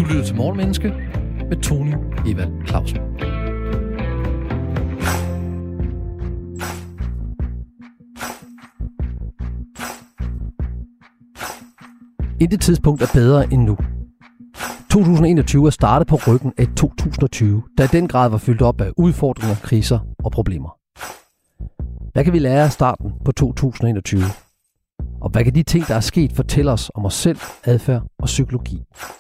Du lytter til Morgenmenneske med Tony Evald Clausen. Intet tidspunkt er bedre end nu. 2021 er startet på ryggen af 2020, der i den grad var fyldt op af udfordringer, kriser og problemer. Hvad kan vi lære af starten på 2021? Og hvad kan de ting, der er sket, fortælle os om os selv, adfærd og psykologi?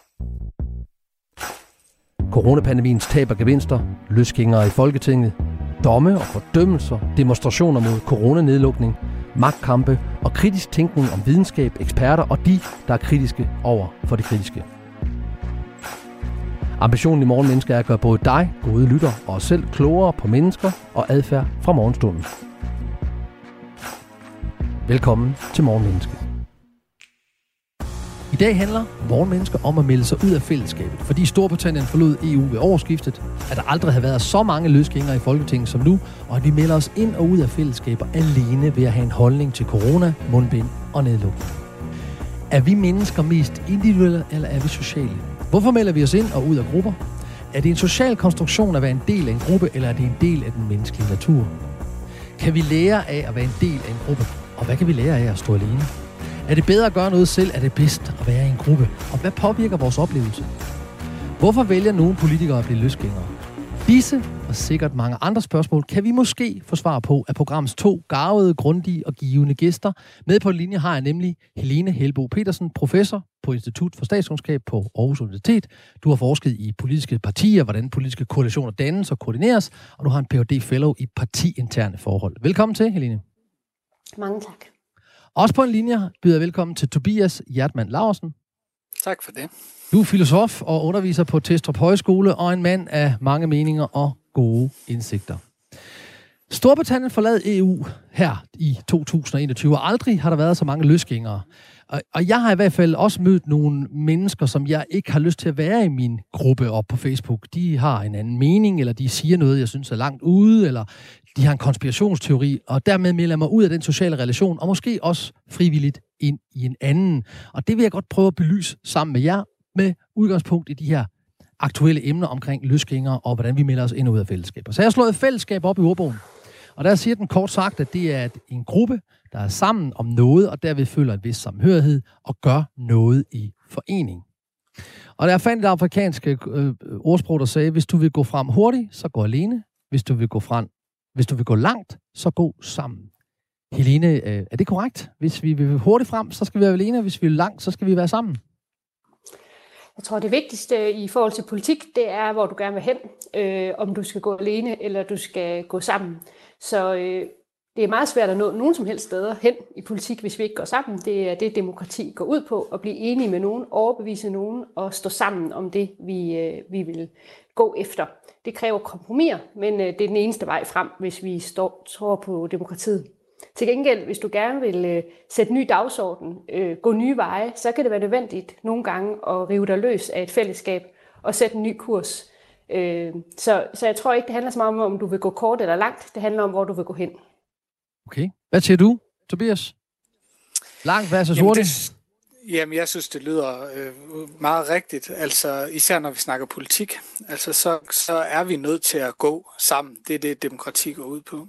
Coronapandemiens tab og gevinster, løsgængere i Folketinget, domme og fordømmelser, demonstrationer mod coronanedlukning, magtkampe og kritisk tænkning om videnskab, eksperter og de, der er kritiske over for det kritiske. Ambitionen i Morgenmenneske er at gøre både dig, gode lytter, og os selv klogere på mennesker og adfærd fra morgenstunden. Velkommen til Morgenmenneske. I dag handler Morgenmenneske om at melde sig ud af fællesskabet, fordi Storbritannien forlod EU ved årsskiftet, at der aldrig har været så mange løsgængere i Folketinget som nu, og at vi melder os ind og ud af fællesskaber alene ved at have en holdning til corona, mundbind og nedlukning. Er vi mennesker mest individuelle, eller er vi sociale? Hvorfor melder vi os ind og ud af grupper? Er det en social konstruktion at være en del af en gruppe, eller er det en del af den menneskelige natur? Kan vi lære af at være en del af en gruppe? Og hvad kan vi lære af at stå alene? Er det bedre at gøre noget selv? Er det bedst at være i en gruppe? Og hvad påvirker vores oplevelse? Hvorfor vælger nogle politikere at blive løsgængere? Disse og sikkert mange andre spørgsmål kan vi måske få svar på af programmets 2 garvede, grundige og givende gæster. Med på en linje har jeg nemlig Helene Hellbo Petersen, professor på Institut for Statskundskab på Aarhus Universitet. Du har forsket i politiske partier, hvordan politiske koalitioner dannes og koordineres, og du har en Ph.D. fellow i partiinterne forhold. Velkommen til, Helene. Mange tak. Også på en linje byder jeg velkommen til Tobias Hjertmann Laursen. Tak for det. Du er filosof og underviser på Testrup Højskole og en mand af mange meninger og gode indsigter. Storbritannien forlod EU her i 2021, og aldrig har der været så mange løsgængere. Og jeg har i hvert fald også mødt nogle mennesker, som jeg ikke har lyst til at være i min gruppe op på Facebook. De har en anden mening, eller de siger noget, jeg synes er langt ude, eller de har en konspirationsteori, og dermed melder jeg mig ud af den sociale relation, og måske også frivilligt ind i en anden. Og det vil jeg godt prøve at belyse sammen med jer, med udgangspunkt i de her aktuelle emner omkring løsgængere, og hvordan vi melder os ind og ud af fællesskaber. Så jeg har slået fællesskab op i ordbogen, og der siger den kort sagt, at det er en gruppe, der er sammen om noget, og derved føler en vis samhørighed, og gør noget i forening. Og der fandt et afrikanske ordsprog, der sagde, hvis du vil gå frem hurtigt, så gå alene. Hvis du vil gå langt, så gå sammen. Helene, er det korrekt? Hvis vi vil hurtigt frem, så skal vi være alene, og hvis vi vil langt, så skal vi være sammen. Jeg tror, det vigtigste i forhold til politik, det er, hvor du gerne vil hen. Om du skal gå alene, eller du skal gå sammen. Så det er meget svært at nå nogen som helst steder hen i politik, hvis vi ikke går sammen. Det er det, demokrati går ud på, at blive enige med nogen, overbevise nogen og stå sammen om det, vi vil gå efter. Det kræver kompromiser, men det er den eneste vej frem, hvis vi tror på demokratiet. Til gengæld, hvis du gerne vil sætte en ny dagsorden, gå nye veje, så kan det være nødvendigt nogle gange at rive dig løs af et fællesskab og sætte en ny kurs. Så jeg tror ikke, det handler så meget om du vil gå kort eller langt. Det handler om, hvor du vil gå hen. Okay. Hvad siger du, Tobias? Langt versus hurtigt? Jamen, jeg synes, det lyder meget rigtigt. Altså, især når vi snakker politik. Altså, så er vi nødt til at gå sammen. Det er det, demokrati går ud på.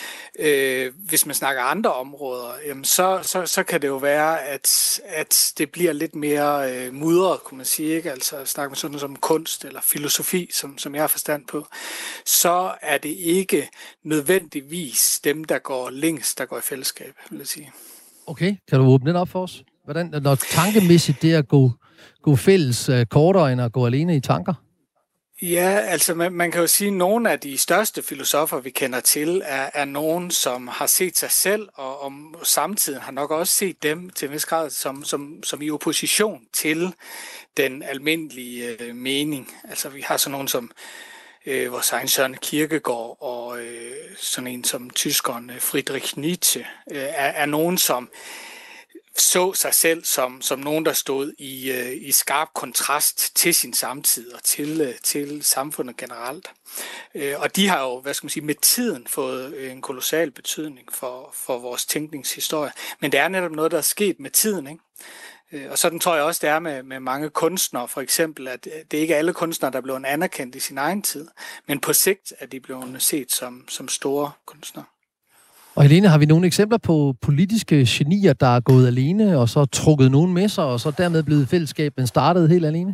Hvis man snakker andre områder, jamen så kan det jo være, at det bliver lidt mere mudret, kunne man sige, ikke? Altså snakker man sådan noget som kunst eller filosofi, som jeg har forstand på, så er det ikke nødvendigvis dem, der går længst, der går i fællesskab, vil jeg sige. Okay, kan du åbne den op for os? Hvordan, når tankemæssigt det at gå fælles kortere end at gå alene i tanker? Ja, altså man kan jo sige, at nogle af de største filosofer, vi kender til, er nogen, som har set sig selv, og samtidig har nok også set dem til en vis grad som i opposition til den almindelige mening. Altså vi har sådan nogen som vores egen Søren Kierkegaard og sådan en som tyskeren Friedrich Nietzsche er nogen, som så sig selv som nogen, der stod i skarp kontrast til sin samtid og til samfundet generelt. Og de har jo, med tiden fået en kolossal betydning for vores tænkningshistorie. Men det er netop noget, der er sket med tiden, ikke? Og sådan tror jeg også, det er med mange kunstnere, for eksempel, at det ikke er alle kunstnere, der er blevet anerkendt i sin egen tid, men på sigt er de blevet set som store kunstnere. Og Helene, har vi nogle eksempler på politiske genier, der er gået alene, og så trukket nogen med sig, og så dermed blevet fællesskab, men startede helt alene?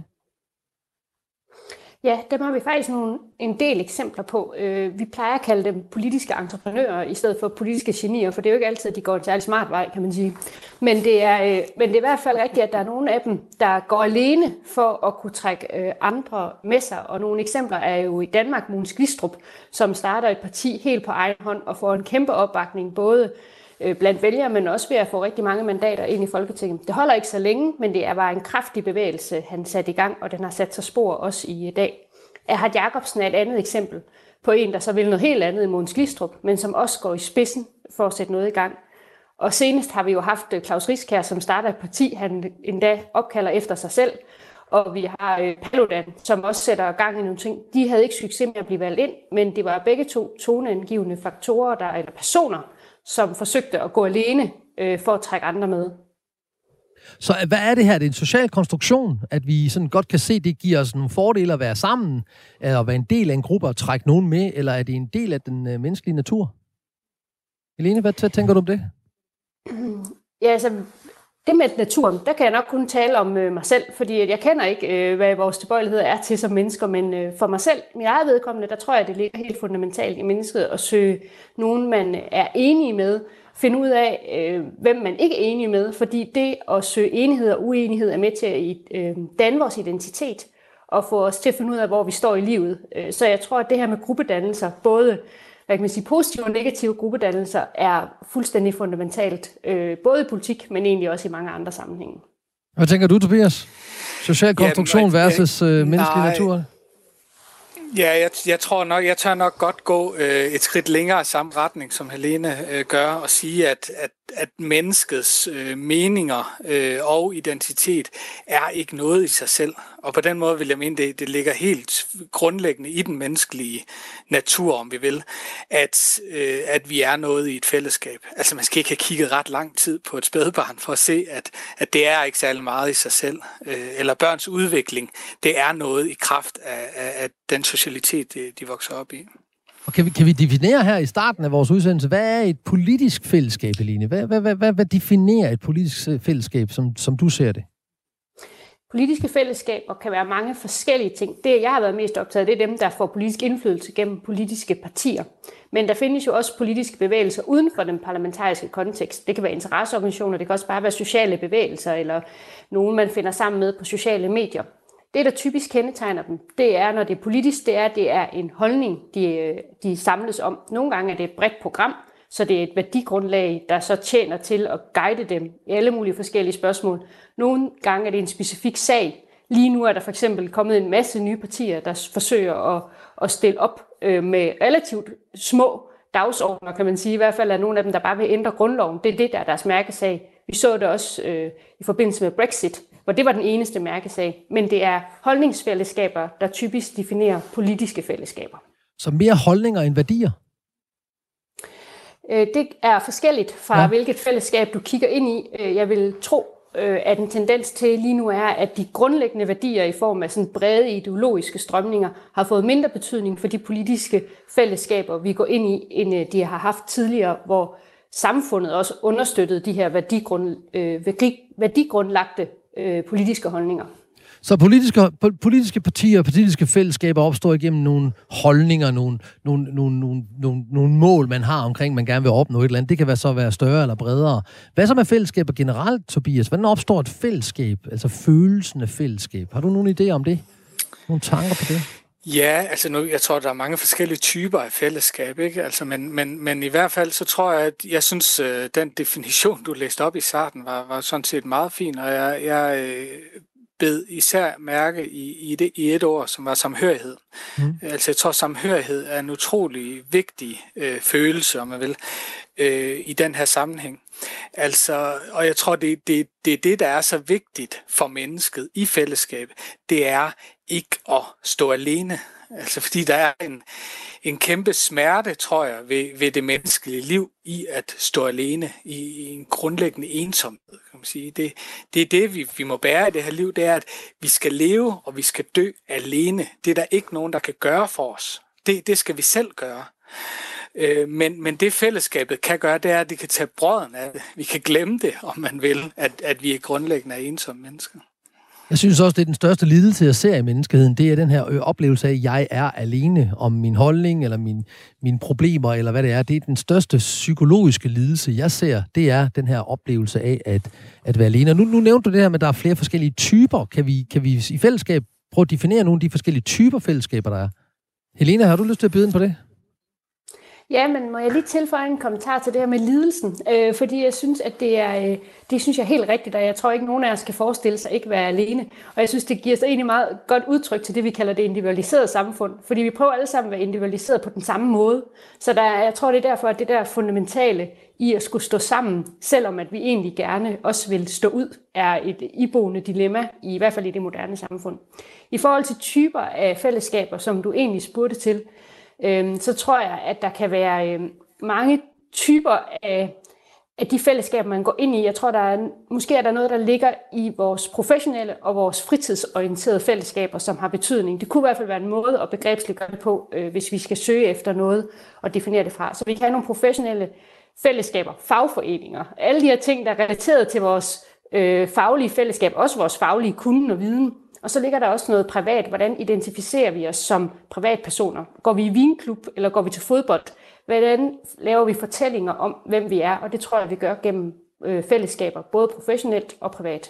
Ja, dem har vi faktisk en del eksempler på. Vi plejer at kalde dem politiske entreprenører i stedet for politiske genier, for det er jo ikke altid, at de går en særlig smart vej, kan man sige. Men det er i hvert fald rigtigt, at der er nogle af dem, der går alene for at kunne trække andre med sig. Og nogle eksempler er jo i Danmark Mogens Glistrup, som starter et parti helt på egen hånd og får en kæmpe opbakning, både blandt vælgere, men også ved at få rigtig mange mandater ind i Folketinget. Det holder ikke så længe, men det er bare en kraftig bevægelse, han satte i gang, og den har sat sig spor også i dag. Erhard Jacobsen er et andet eksempel på en, der så vil noget helt andet i Mogens Glistrup, men som også går i spidsen for at sætte noget i gang. Og senest har vi jo haft Claus Riskær, som starter et parti, han endda opkalder efter sig selv, og vi har Paludan, som også sætter gang i nogle ting. De havde ikke succes med at blive valgt ind, men det var begge to toneangivende faktorer, eller personer, som forsøgte at gå alene for at trække andre med. Så hvad er det her? Det er en social konstruktion, at vi sådan godt kan se, det giver os nogle fordele at være sammen, eller at være en del af en gruppe og trække nogen med, eller er det en del af den menneskelige natur? Helene, hvad tænker du om det? Ja, altså det med naturen, der kan jeg nok kun tale om mig selv, fordi jeg kender ikke, hvad vores tilbøjeligheder er til som mennesker, men for mig selv, mit eget vedkommende, der tror jeg, det ligger helt fundamentalt i mennesket at søge nogen, man er enige med, finde ud af, hvem man ikke er enige med, fordi det at søge enighed og uenighed er med til at danne vores identitet og få os til at finde ud af, hvor vi står i livet. Så jeg tror, at det her med gruppedannelser, både positive og negative gruppedannelser, er fuldstændig fundamentalt, både i politik, men egentlig også i mange andre sammenhænge. Hvad tænker du, Tobias? Social konstruktion versus menneskelig natur? Ja, jeg tør nok godt gå et skridt længere i samme retning, som Helene gør, og sige, at menneskets meninger og identitet er ikke noget i sig selv. Og på den måde vil jeg mene, det ligger helt grundlæggende i den menneskelige natur, om vi vil, at vi er noget i et fællesskab. Altså man skal ikke have kigget ret lang tid på et spædbarn for at se, at det er ikke særlig meget i sig selv. Eller børns udvikling, det er noget i kraft af den socialitet, de vokser op i. Og kan vi definere her i starten af vores udsendelse, hvad er et politisk fællesskab, Helene? Hvad definerer et politisk fællesskab, som du ser det? Politiske fællesskaber kan være mange forskellige ting. Det, jeg har været mest optaget af, det er dem, der får politisk indflydelse gennem politiske partier. Men der findes jo også politiske bevægelser uden for den parlamentariske kontekst. Det kan være interesseorganisationer, det kan også bare være sociale bevægelser, eller nogen, man finder sammen med på sociale medier. Det, der typisk kendetegner dem, det er, når det er politisk, det er en holdning, de samles om. Nogle gange er det et bredt program, så det er et værdigrundlag, der så tjener til at guide dem i alle mulige forskellige spørgsmål. Nogle gange er det en specifik sag. Lige nu er der for eksempel kommet en masse nye partier, der forsøger at stille op med relativt små dagsordner, kan man sige. I hvert fald er nogle af dem, der bare vil ændre grundloven. Det er det, der er deres mærkesag. Vi så det også i forbindelse med Brexit, hvor det var den eneste mærkesag. Men det er holdningsfællesskaber, der typisk definerer politiske fællesskaber. Så mere holdninger end værdier? Det er forskelligt fra hvilket fællesskab du kigger ind i. Jeg vil tro, at en tendens til lige nu er, at de grundlæggende værdier i form af sådan brede ideologiske strømninger har fået mindre betydning for de politiske fællesskaber, vi går ind i, end de har haft tidligere, hvor samfundet også understøttede de her værdigrundlagte politiske holdninger. Så politiske partier og politiske fællesskaber opstår igennem nogle holdninger, nogle mål, man har omkring, man gerne vil opnå et eller andet. Det kan være større eller bredere. Hvad så med fællesskaber generelt, Tobias? Hvordan opstår et fællesskab? Altså følelsen af fællesskab. Har du nogle idéer om det? Nogle tanker på det? Ja, altså jeg tror, der er mange forskellige typer af fællesskab, ikke? Altså, men i hvert fald, så tror jeg, at jeg synes, den definition, du læste op i starten, var sådan set meget fin, og jeg bed især mærke i et ord, som var samhørighed. Altså jeg tror, samhørighed er en utrolig vigtig følelse, om man vil, i den her sammenhæng. Altså, og jeg tror, det er det, der er så vigtigt for mennesket i fællesskab. Det er ikke at stå alene. Altså, fordi der er en kæmpe smerte, tror jeg, ved det menneskelige liv i at stå alene i en grundlæggende ensomhed, kan man sige. Det er det, vi må bære i det her liv, det er, at vi skal leve, og vi skal dø alene. Det er der ikke nogen, der kan gøre for os. Det skal vi selv gøre. Men det fællesskabet kan gøre, det er, at det kan tage brøden af det. Vi kan glemme det, om man vil, at vi er grundlæggende ensomme mennesker. Jeg synes også, det er den største lidelse, jeg ser i menneskeheden. Det er den her oplevelse af, at jeg er alene om min holdning, eller mine problemer, eller hvad det er. Det er den største psykologiske lidelse, jeg ser. Det er den her oplevelse af at være alene. Og nu nævnte du det her med, at der er flere forskellige typer. Kan vi i fællesskab prøve at definere nogle af de forskellige typer fællesskaber, der er? Helena, har du lyst til at byde ind på det? Ja, men må jeg lige tilføje en kommentar til det her med lidelsen? Fordi jeg synes, at det synes jeg er helt rigtigt, og jeg tror ikke, nogen af os kan forestille sig ikke være alene. Og jeg synes, det giver sig egentlig meget godt udtryk til det, vi kalder det individualiserede samfund. Fordi vi prøver alle sammen at være individualiseret på den samme måde. Så jeg tror, det er derfor, at det der fundamentale i at skulle stå sammen, selvom at vi egentlig gerne også vil stå ud, er et iboende dilemma, i hvert fald i det moderne samfund. I forhold til typer af fællesskaber, som du egentlig spurgte til, så tror jeg, at der kan være mange typer af de fællesskaber, man går ind i. Jeg tror, måske er der noget, der ligger i vores professionelle og vores fritidsorienterede fællesskaber, som har betydning. Det kunne i hvert fald være en måde at begrebsliggøre det på, hvis vi skal søge efter noget og definere det fra. Så vi kan have nogle professionelle fællesskaber, fagforeninger, alle de her ting, der er relateret til vores faglige fællesskab, også vores faglige kunden og viden. Og så ligger der også noget privat. Hvordan identificerer vi os som privatpersoner? Går vi i vinklub, eller går vi til fodbold? Hvordan laver vi fortællinger om, hvem vi er? Og det tror jeg, vi gør gennem fællesskaber, både professionelt og privat.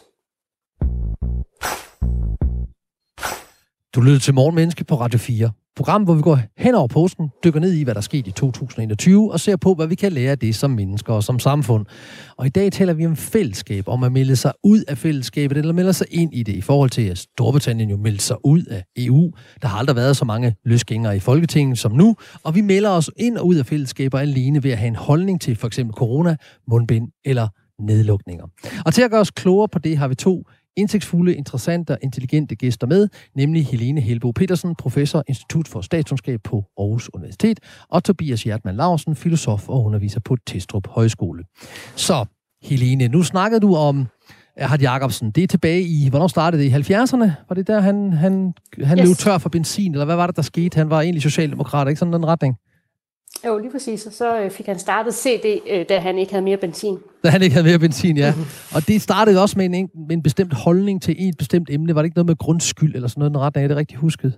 Du lytter til Morgenmenneske på Radio 4. Program, hvor vi går hen over påsken, dykker ned i, hvad der skete i 2021, og ser på, hvad vi kan lære af det som mennesker og som samfund. Og i dag taler vi om fællesskab, om at melde sig ud af fællesskabet, eller melde sig ind i det, i forhold til, at Storbritannien jo meldte sig ud af EU. Der har aldrig været så mange løsgængere i Folketinget som nu, og vi melder os ind og ud af fællesskaber alene ved at have en holdning til f.eks. corona, mundbind eller nedlukninger. Og til at gøre os klogere på det, har vi to indsigtsfulde, interessante og intelligente gæster med, nemlig Helene Hellbo Petersen, professor, Institut for Statskundskab på Aarhus Universitet, og Tobias Hjertmann Laursen, filosof og underviser på Testrup Højskole. Så, Helene, nu snakkede du om Erhard Jacobsen. Det er tilbage i, hvornår startede det? I 70'erne? Var det der, han løb tør for benzin, eller hvad var det, der skete? Han var egentlig socialdemokrat, ikke sådan den retning? Jo, lige præcis. Og så fik han startet CD, da han ikke havde mere benzin. Da han ikke havde mere benzin, ja. Og det startede også med en bestemt holdning til et bestemt emne. Var det ikke noget med grundskyld eller sådan noget den retning? Er det rigtigt husket?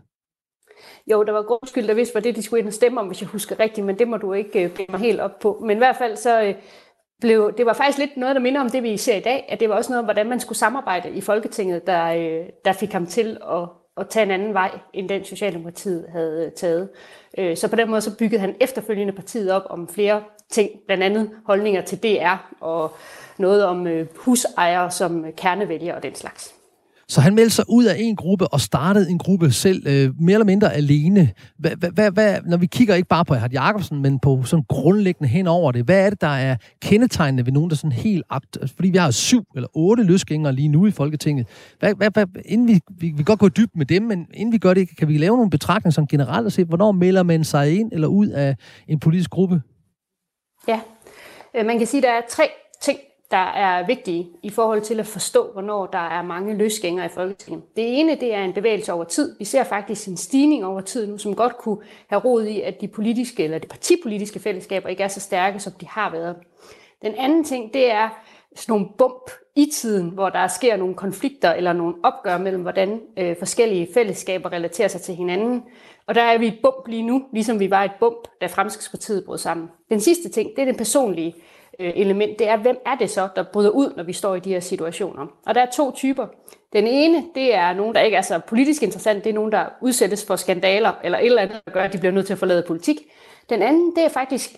Jo, der var grundskyld, der vidste, var det, de skulle ind og stemme om, hvis jeg husker rigtigt, men det må du ikke blive mig helt op på. Men i hvert fald så det var faktisk lidt noget, der minder om det, vi ser i dag, at det var også noget, hvordan man skulle samarbejde i Folketinget, der fik ham til at tage en anden vej, end den Socialdemokratiet havde taget. Så på den måde så byggede han efterfølgende partiet op om flere ting, blandt andet holdninger til DR og noget om husejere som kernevælgere og den slags. Så han meldte sig ud af en gruppe og startede en gruppe selv, mere eller mindre alene. Når vi kigger ikke bare på Erhard Jacobsen, men på sådan grundlæggende hen over det, hvad er det, der er kendetegnende ved nogen, der sådan helt fordi vi har 7 eller 8 løsgængere lige nu i Folketinget. Inden vi godt gå i dybden med dem, men inden vi gør det, kan vi lave nogle betragtninger som generelt og se, hvornår melder man sig ind eller ud af en politisk gruppe? Ja, man kan sige, at der er 3 ting, der er vigtige i forhold til at forstå, hvornår der er mange løsgængere i Folketinget. Det ene, det er en bevægelse over tid. Vi ser faktisk en stigning over tid nu, som godt kunne have rod i, at de politiske eller de partipolitiske fællesskaber ikke er så stærke, som de har været. Den anden ting, det er sådan nogle bump i tiden, hvor der sker nogle konflikter eller nogle opgør mellem, hvordan forskellige fællesskaber relaterer sig til hinanden. Og der er vi et bump lige nu, ligesom vi var et bump, da Fremskridtspartiet brød sammen. Den sidste ting, det er den personlige element, det er, hvem er det så, der bryder ud, når vi står i de her situationer. Og der er 2 typer. Den ene, det er nogen, der ikke er så politisk interessant, det er nogen, der udsættes for skandaler, eller et eller andet, der gør, at de bliver nødt til at forlade politik. Den anden, det er faktisk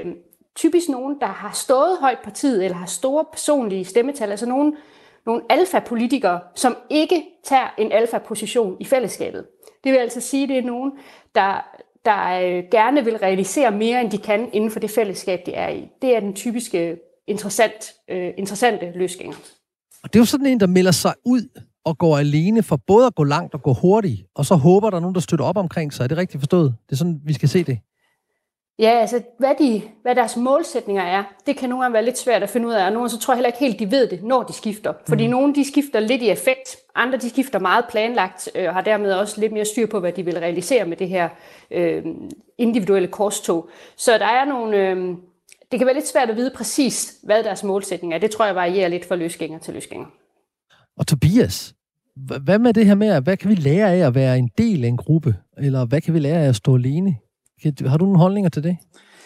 typisk nogen, der har stået højt partiet, eller har store personlige stemmetal, altså nogle alfa-politikere, som ikke tager en alfa-position i fællesskabet. Det vil altså sige, det er nogen, der gerne vil realisere mere, end de kan inden for det fællesskab, de er i. Det er den typiske interessante løsgænger. Og det er jo sådan en, der melder sig ud og går alene for både at gå langt og gå hurtigt, og så håber der er nogen, der støtter op omkring sig. Er det rigtigt forstået? Det er sådan, vi skal se det. Ja, altså hvad deres målsætninger er, det kan nogle gange være lidt svært at finde ud af, og nogle så tror jeg heller ikke helt, de ved det, når de skifter. Fordi nogle de skifter lidt i effekt, andre de skifter meget planlagt, og har dermed også lidt mere styr på, hvad de vil realisere med det her individuelle korstog. Så der er nogle... det kan være lidt svært at vide præcis, hvad deres målsætninger er. Det tror jeg varierer lidt fra løsgænger til løsgænger. Og Tobias, hvad med det her med, hvad kan vi lære af at være en del af en gruppe? Eller hvad kan vi lære af at stå alene? Har du nogle holdninger til det?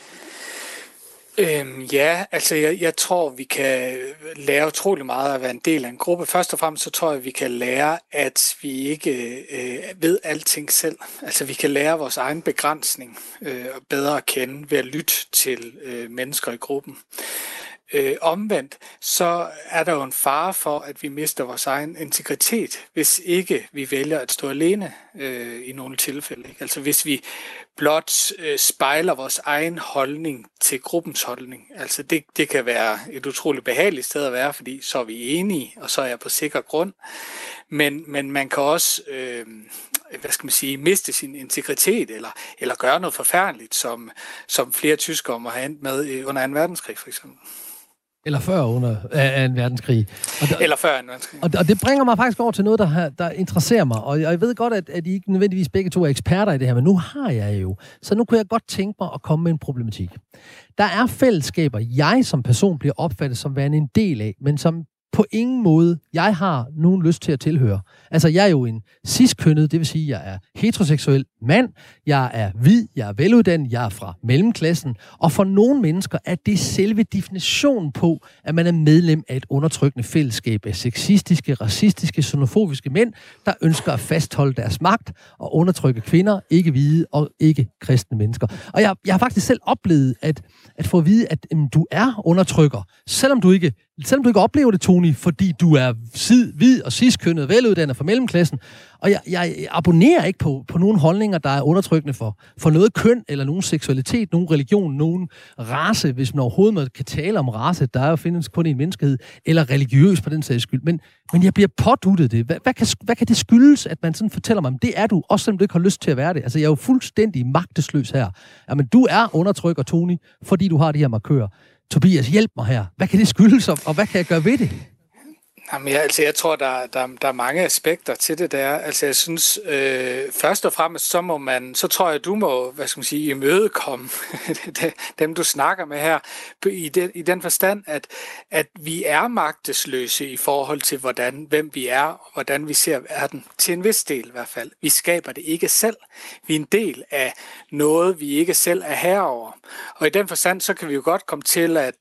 Ja, altså jeg tror, vi kan lære utrolig meget at være en del af en gruppe. Først og fremmest så tror jeg, vi kan lære, at vi ikke ved alting selv. Altså vi kan lære vores egen begrænsning bedre at kende ved at lytte til mennesker i gruppen. Omvendt, så er der jo en fare for, at vi mister vores egen integritet, hvis ikke vi vælger at stå alene i nogle tilfælde. Altså hvis vi blot spejler vores egen holdning til gruppens holdning. Altså det kan være et utroligt behageligt sted at være, fordi så er vi enige, og så er jeg på sikker grund. Men man kan også miste sin integritet, eller gøre noget forfærdeligt, som flere tyskere må have endt med under 2. verdenskrig for eksempel. Eller før under 2. verdenskrig. Eller før 2. verdenskrig. Og det bringer mig faktisk over til noget, der interesserer mig. Og jeg ved godt, at I ikke nødvendigvis begge to er eksperter i det her, men nu har jeg jo. Så nu kunne jeg godt tænke mig at komme med en problematik. Der er fællesskaber, jeg som person bliver opfattet som værende en del af, men som på ingen måde, jeg har nogen lyst til at tilhøre. Altså, jeg er jo en cis-kønnet, det vil sige, jeg er heteroseksuel mand, jeg er hvid, jeg er veluddannet, jeg er fra mellemklassen, og for nogle mennesker er det selve definitionen på, at man er medlem af et undertrykkende fællesskab af sexistiske, racistiske, xenofobiske mænd, der ønsker at fastholde deres magt og undertrykke kvinder, ikke hvide og ikke kristne mennesker. Og jeg har faktisk selv oplevet at få at vide, at du er undertrykker, selvom du ikke oplever det, Tony, fordi du er hvid og cis-kønnet, veluddannet fra mellemklassen. Og jeg abonnerer ikke på nogle holdninger, der er undertrykkende for noget køn, eller nogen seksualitet, nogen religion, nogen race, hvis man overhovedet kan tale om race, der findes kun en menneskehed, eller religiøs på den sags skyld. Men jeg bliver påduttet det. Hvad kan det skyldes, at man sådan fortæller mig, det er du, også selvom du ikke har lyst til at være det? Altså, jeg er jo fuldstændig magtesløs her. Jamen, du er undertrykker, Tony, fordi du har de her markører. Tobias, hjælp mig her. Hvad kan det skyldes, og hvad kan jeg gøre ved det? Jamen, jeg tror, der er mange aspekter til det der. Altså, jeg synes, først og fremmest, så tror jeg, du må, imødekomme dem, du snakker med her, i den forstand, at vi er magtesløse i forhold til, hvem vi er, og hvordan vi ser verden. Til en vis del i hvert fald. Vi skaber det ikke selv. Vi er en del af noget, vi ikke selv er herover. Og i den forstand, så kan vi jo godt komme til at,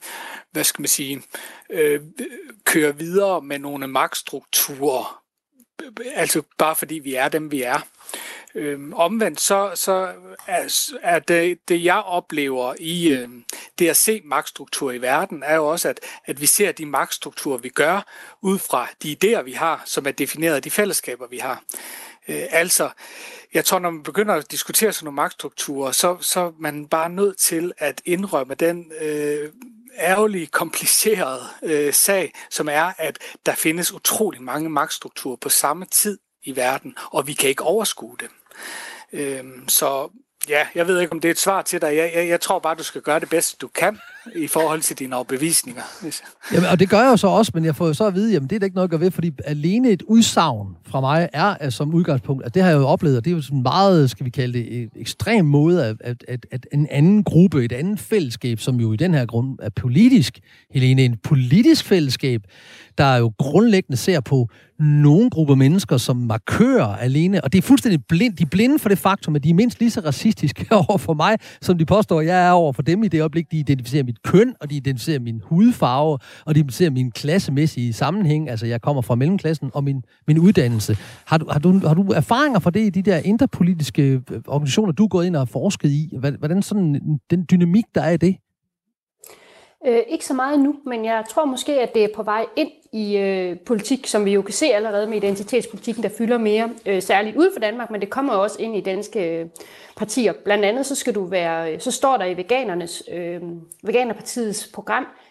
køre videre med nogle magtstrukturer, altså bare fordi vi er dem, vi er. Omvendt så er det, jeg oplever i det at se magtstrukturer i verden, er jo også, at vi ser de magtstrukturer, vi gør, ud fra de idéer, vi har, som er defineret af de fællesskaber, vi har. Altså, jeg tror, når man begynder at diskutere sådan nogle magtstrukturer, så er man bare nødt til at indrømme den ærgerlig kompliceret sag, som er, at der findes utrolig mange magtstrukturer på samme tid i verden, og vi kan ikke overskue dem. Så ja, jeg ved ikke, om det er et svar til dig. Jeg tror bare, du skal gøre det bedste, du kan i forhold til dine overbevisninger. Jamen, og det gør jeg jo så også, men jeg får jo så at vide, jamen det er da ikke noget at gøre ved, fordi alene et udsagn fra mig er som udgangspunkt, at det har jeg jo oplevet, og det er jo sådan meget, skal vi kalde det, ekstrem måde, at en anden gruppe, et andet fællesskab, som jo i den her grund er politisk, Helene, en politisk fællesskab, der jo grundlæggende ser på nogle grupper mennesker som markører alene, og det er fuldstændig de er blinde for det faktum, at de er mindst lige så racistiske over for mig, som de påstår, at jeg er over for dem i det øjeblik, de identificerer mit køn, og de identificerer min hudfarve, og de identificerer min klassemæssige sammenhæng, altså jeg kommer fra mellemklassen, og min uddannelse. Har du erfaringer fra det i de der interpolitiske organisationer, du er gået ind og har forsket i? Hvordan sådan den dynamik, der er i det? Ikke så meget nu, men jeg tror måske, at det er på vej ind i politik, som vi jo kan se allerede med identitetspolitikken, der fylder mere, særligt uden for Danmark, men det kommer også ind i danske partier. Blandt andet så står der i Veganerpartiets program,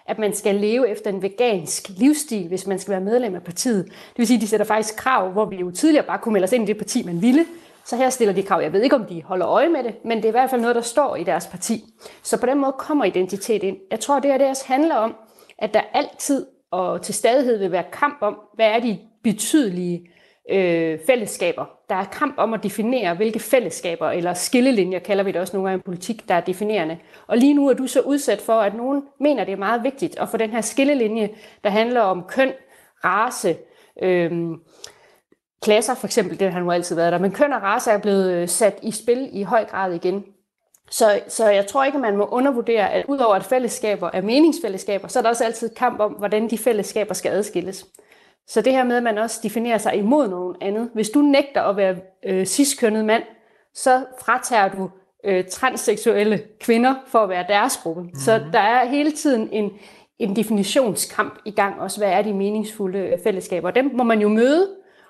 at man skal leve efter en vegansk livsstil, hvis man skal være medlem af partiet. Det vil sige, at de sætter faktisk krav, hvor vi jo tidligere bare kunne melde os ind i det parti, man ville. Så her stiller de krav. Jeg ved ikke, om de holder øje med det, men det er i hvert fald noget, der står i deres parti. Så på den måde kommer identitet ind. Jeg tror, det også handler om, at der altid og til stadighed vil være kamp om, hvad er de betydelige fællesskaber. Der er kamp om at definere, hvilke fællesskaber, eller skillelinjer kalder vi det også nogle gange i politik, der er definerende. Og lige nu er du så udsat for, at nogen mener, det er meget vigtigt at få den her skillelinje, der handler om køn, race, klasser for eksempel, det har nu altid været der, men køn og race er blevet sat i spil i høj grad igen. Så jeg tror ikke, at man må undervurdere, at udover at fællesskaber er meningsfællesskaber, så er der også altid kamp om, hvordan de fællesskaber skal adskilles. Så det her med, at man også definerer sig imod nogen andet. Hvis du nægter at være cis-kønnet mand, så fratager du transseksuelle kvinder for at være deres gruppe. Mm-hmm. Så der er hele tiden en definitionskamp i gang også. Hvad er de meningsfulde fællesskaber? Dem må man jo møde.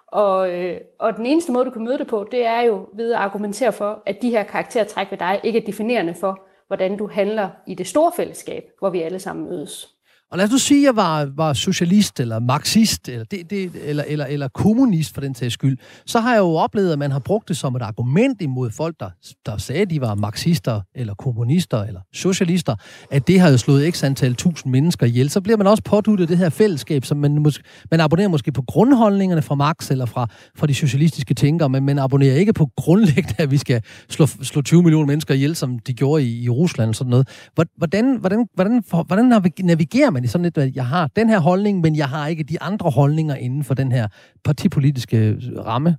Og den eneste måde, du kan møde det på, det er jo ved at argumentere for, at de her karaktertræk ved dig ikke er definerende for, hvordan du handler i det store fællesskab, hvor vi alle sammen mødes. Og lad os nu sige, at jeg var socialist, eller marxist, eller kommunist for den sags skyld. Så har jeg jo oplevet, at man har brugt det som et argument imod folk, der sagde, at de var marxister, eller kommunister, eller socialister, at det har jo slået x antal tusind mennesker ihjel. Så bliver man også påduttet det her fællesskab, som man abonnerer måske på grundholdningerne fra Marx, eller fra de socialistiske tænkere, men man abonnerer ikke på grundlæggende, at vi skal slå 20 millioner mennesker ihjel, som de gjorde i Rusland og sådan noget. Hvordan navigerer man i sådan lidt, at jeg har den her holdning, men jeg har ikke de andre holdninger inden for den her partipolitiske ramme?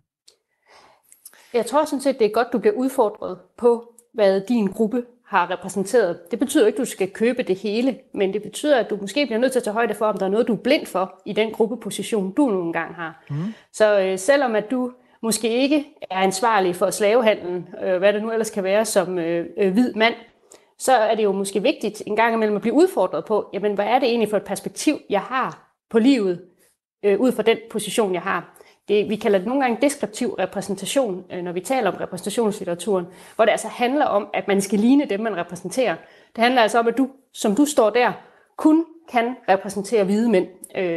Jeg tror sådan set, det er godt, du bliver udfordret på, hvad din gruppe har repræsenteret. Det betyder ikke, at du skal købe det hele, men det betyder, at du måske bliver nødt til at tage højde for, om der er noget, du er blind for i den gruppeposition, du nogle gange har. Mm. Så selvom at du måske ikke er ansvarlig for slavehandlen, hvad det nu ellers kan være som hvid mand, så er det jo måske vigtigt en gang imellem at blive udfordret på, jamen hvad er det egentlig for et perspektiv, jeg har på livet, ud fra den position, jeg har. Vi kalder det nogle gange deskriptiv repræsentation, når vi taler om repræsentationslitteraturen, hvor det altså handler om, at man skal ligne dem, man repræsenterer. Det handler altså om, at du, som du står der, kun kan repræsentere hvide mænd.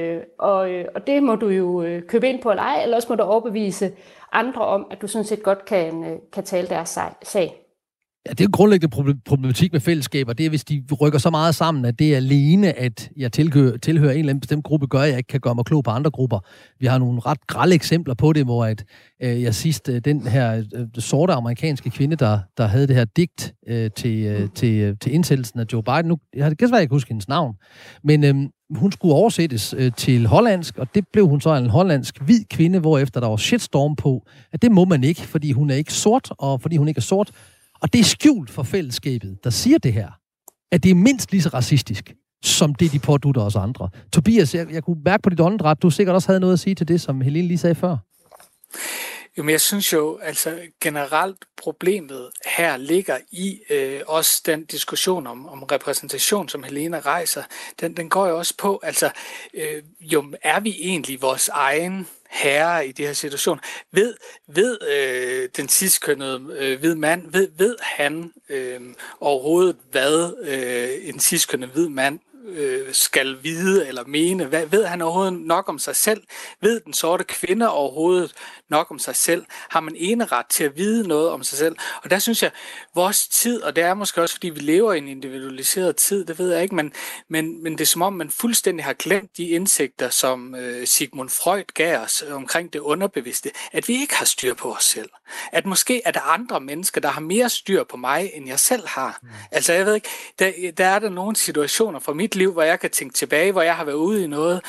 Og det må du jo købe ind på eller ej, eller også må du overbevise andre om, at du sådan set godt kan tale deres sag. Ja, det er jo grundlæggende problematik med fællesskaber. Det er, hvis de rykker så meget sammen, at det er alene, at jeg tilhører en eller anden bestemt gruppe, gør, at jeg ikke kan gøre mig klog på andre grupper. Vi har nogle ret grelle eksempler på det, hvor jeg sidst, den her sorte amerikanske kvinde, der havde det her digt til indsættelsen af Joe Biden. Nu, jeg kan ikke huske hendes navn, men hun skulle oversættes til hollandsk, og det blev hun så en hollandsk hvid kvinde, hvorefter der var shitstorm på, at det må man ikke, fordi hun er ikke sort, og fordi hun ikke er sort. Og det er skjult for fællesskabet, der siger det her, at det er mindst lige så racistisk, som det, de pådutter os andre. Tobias, jeg kunne mærke på dit åndedræt, du sikkert også havde noget at sige til det, som Helene lige sagde før. Jo, men jeg synes jo, altså generelt problemet her ligger i også den diskussion om repræsentation, som Helene rejser. Den går jo også på, altså jo, er vi egentlig vores egen herre i de her situationer? Ved den cis-kønnede hvid mand, ved han overhovedet, hvad en cis-kønnet hvid mand skal vide eller mene? Ved han overhovedet nok om sig selv? Ved den sorte kvinde overhovedet nok om sig selv? Har man eneret til at vide noget om sig selv? Og der synes jeg, vores tid, og det er måske også, fordi vi lever i en individualiseret tid, det ved jeg ikke, men det er som om, man fuldstændig har glemt de indsigter, som Sigmund Freud gav os omkring det underbevidste, at vi ikke har styr på os selv. At måske er der andre mennesker, der har mere styr på mig, end jeg selv har. Altså jeg ved ikke, der er der nogle situationer fra mit liv, hvor jeg kan tænke tilbage, hvor jeg har været ude i noget.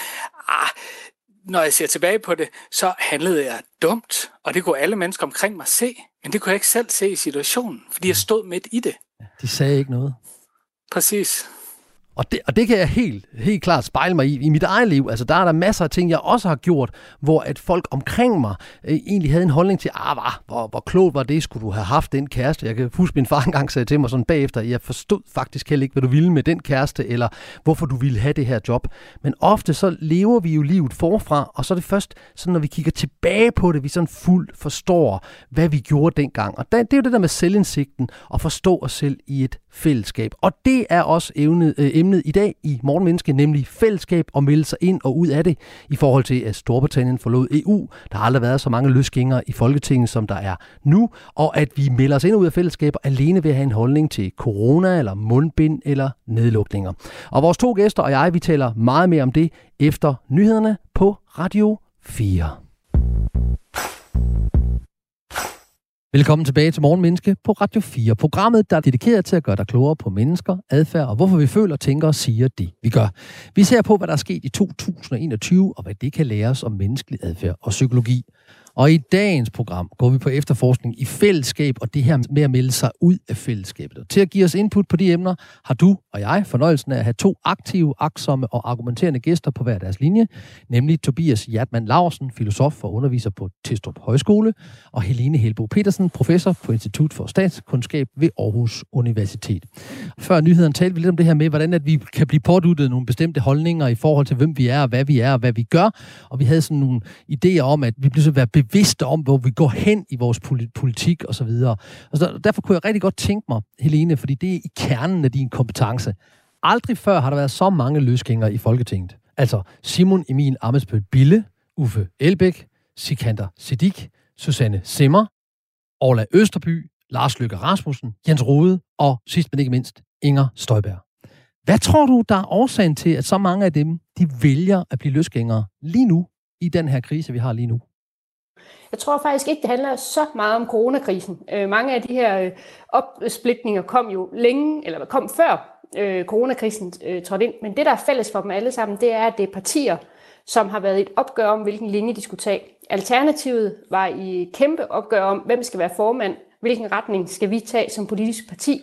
Når jeg ser tilbage på det, så handlede jeg dumt, og det kunne alle mennesker omkring mig se, men det kunne jeg ikke selv se i situationen, fordi jeg stod midt i det. De sagde ikke noget. Præcis. Og det kan jeg helt klart spejle mig i mit eget liv. Altså, der er der masser af ting, jeg også har gjort, hvor at folk omkring mig egentlig havde en holdning til, hvor klogt var det, skulle du have haft den kæreste? Jeg kan huske, min far engang sagde til mig sådan bagefter, jeg forstod faktisk heller ikke, hvad du ville med den kæreste, eller hvorfor du ville have det her job. Men ofte så lever vi jo livet forfra, og så er det først, sådan, når vi kigger tilbage på det, vi sådan fuldt forstår, hvad vi gjorde dengang. Og det er jo det der med selvindsigten, at forstå os selv i et fællesskab. Og det er også emnet emnet i dag i Morgenmenneske, nemlig fællesskab og melde sig ind og ud af det i forhold til, at Storbritannien forlod EU. Der har aldrig været så mange løsgængere i Folketinget, som der er nu, og at vi melder os ind og ud af fællesskaber alene ved at have en holdning til corona eller mundbind eller nedlukninger. Og vores 2 gæster og jeg, vi taler meget mere om det efter nyhederne på Radio 4. Velkommen tilbage til Morgenmenneske på Radio 4. Programmet, der er dedikeret til at gøre dig klogere på mennesker, adfærd og hvorfor vi føler, tænker og siger det, vi gør. Vi ser på, hvad der er sket i 2021 og hvad det kan lære os om menneskelig adfærd og psykologi. Og i dagens program går vi på efterforskning i fællesskab og det her med at melde sig ud af fællesskabet. Og til at give os input på de emner, har du og jeg fornøjelsen af at have 2 aktive, agtsomme og argumenterende gæster på hver deres linje, nemlig Tobias Hjertmann Laursen, filosof og underviser på Testrup Højskole, og Helene Helbo Petersen, professor på Institut for Statskundskab ved Aarhus Universitet. Før nyheden talte vi lidt om det her med, hvordan at vi kan blive påduttet nogle bestemte holdninger i forhold til, hvem vi er, og hvad vi gør. Og vi havde sådan nogle idéer om, at vi bliver være bevidste om, hvor vi går hen i vores politik og så videre. Og så, derfor kunne jeg rigtig godt tænke mig, Helene, fordi det er i kernen af din kompetence. Aldrig før har der været så mange løsgængere i Folketinget. Altså Simon Emil Ammitzbøll-Bille, Uffe Elbæk, Sikander Siddiq, Susanne Zimmer, Orla Østerby, Lars Løkke Rasmussen, Jens Rohde og sidst men ikke mindst Inger Støjberg. Hvad tror du, der er årsagen til, at så mange af dem, de vælger at blive løsgængere lige nu, i den her krise, vi har lige nu? Jeg tror faktisk ikke, det handler så meget om coronakrisen. Mange af de her opsplitninger kom jo kom før coronakrisen trådte ind. Men det, der er fælles for dem alle sammen, det er, at det er partier, som har været i et opgør om, hvilken linje de skulle tage. Alternativet var i et kæmpe opgør om, hvem skal være formand, hvilken retning skal vi tage som politisk parti.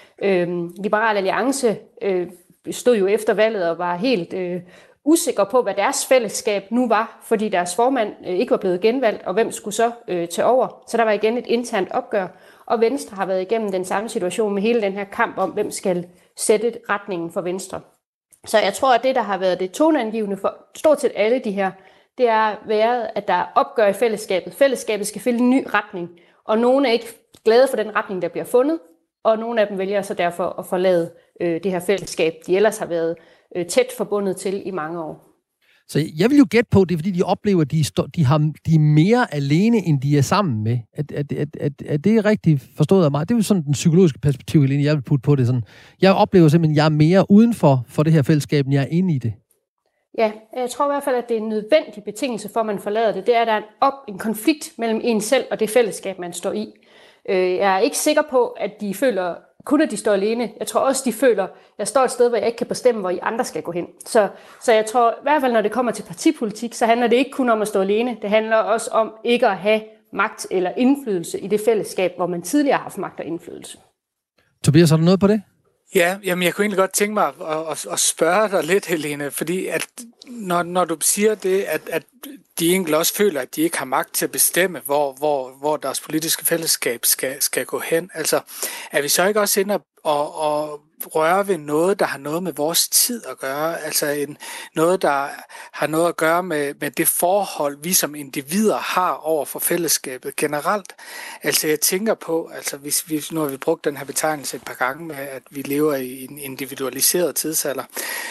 Liberal Alliance stod jo efter valget og var helt usikre på, hvad deres fællesskab nu var, fordi deres formand ikke var blevet genvalgt, og hvem skulle så tage over. Så der var igen et internt opgør, og Venstre har været igennem den samme situation med hele den her kamp om, hvem skal sætte retningen for Venstre. Så jeg tror, at det, der har været det toneangivende for stort set alle de her, det har været, at der er opgør i fællesskabet. Fællesskabet skal finde en ny retning, og nogle er ikke glade for den retning, der bliver fundet, og nogle af dem vælger så derfor at forlade det her fællesskab, de ellers har været tæt forbundet til i mange år. Så jeg vil jo gætte på, det er fordi, de oplever, at de er mere alene, end de er sammen med. Er det rigtigt forstået af mig? Det er jo sådan den psykologiske perspektiv, Helene, jeg vil putte på det. Sådan. Jeg oplever simpelthen, at jeg er mere uden for det her fællesskab, end jeg er inde i det. Ja, jeg tror i hvert fald, at det er en nødvendig betingelse for, at man forlader det. Det er, at der er en konflikt mellem en selv og det fællesskab, man står i. Jeg er ikke sikker på, at de føler kun at de står alene. Jeg tror også, de føler, at jeg står et sted, hvor jeg ikke kan bestemme, hvor I andre skal gå hen. Så jeg tror, i hvert fald når det kommer til partipolitik, så handler det ikke kun om at stå alene. Det handler også om ikke at have magt eller indflydelse i det fællesskab, hvor man tidligere har haft magt og indflydelse. Tobias, har du noget på det? Ja, jamen jeg kunne egentlig godt tænke mig at spørge dig lidt, Helene, fordi at når du siger det, at de egentlig også føler, at de ikke har magt til at bestemme, hvor deres politiske fællesskab skal gå hen. Altså, er vi så ikke også inde og røre ved noget, der har noget med vores tid at gøre? Altså noget, der har noget at gøre med det forhold, vi som individer har over for fællesskabet generelt. Altså jeg tænker på, altså nu har vi brugt den her betegnelse et par gange med, at vi lever i en individualiseret tidsalder.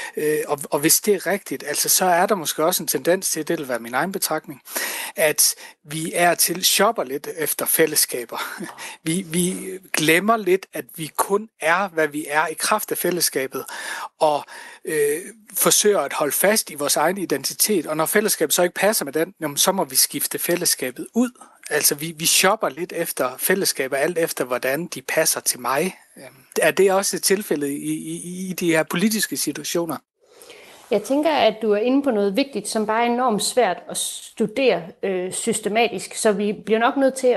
Og hvis det er rigtigt, altså så er der måske også en tendens til, det vil være min egen betragtning, at vi er til shopper lidt efter fællesskaber. Vi glemmer lidt, at vi kun er, hvad vi er i kraft af fællesskabet, og forsøger at holde fast i vores egen identitet. Og når fællesskabet så ikke passer med den, jamen, så må vi skifte fællesskabet ud. Altså vi shopper lidt efter fællesskaber, alt efter hvordan de passer til mig. Er det også et tilfælde i de her politiske situationer? Jeg tænker, at du er inde på noget vigtigt, som bare er enormt svært at studere systematisk, så vi bliver nok nødt til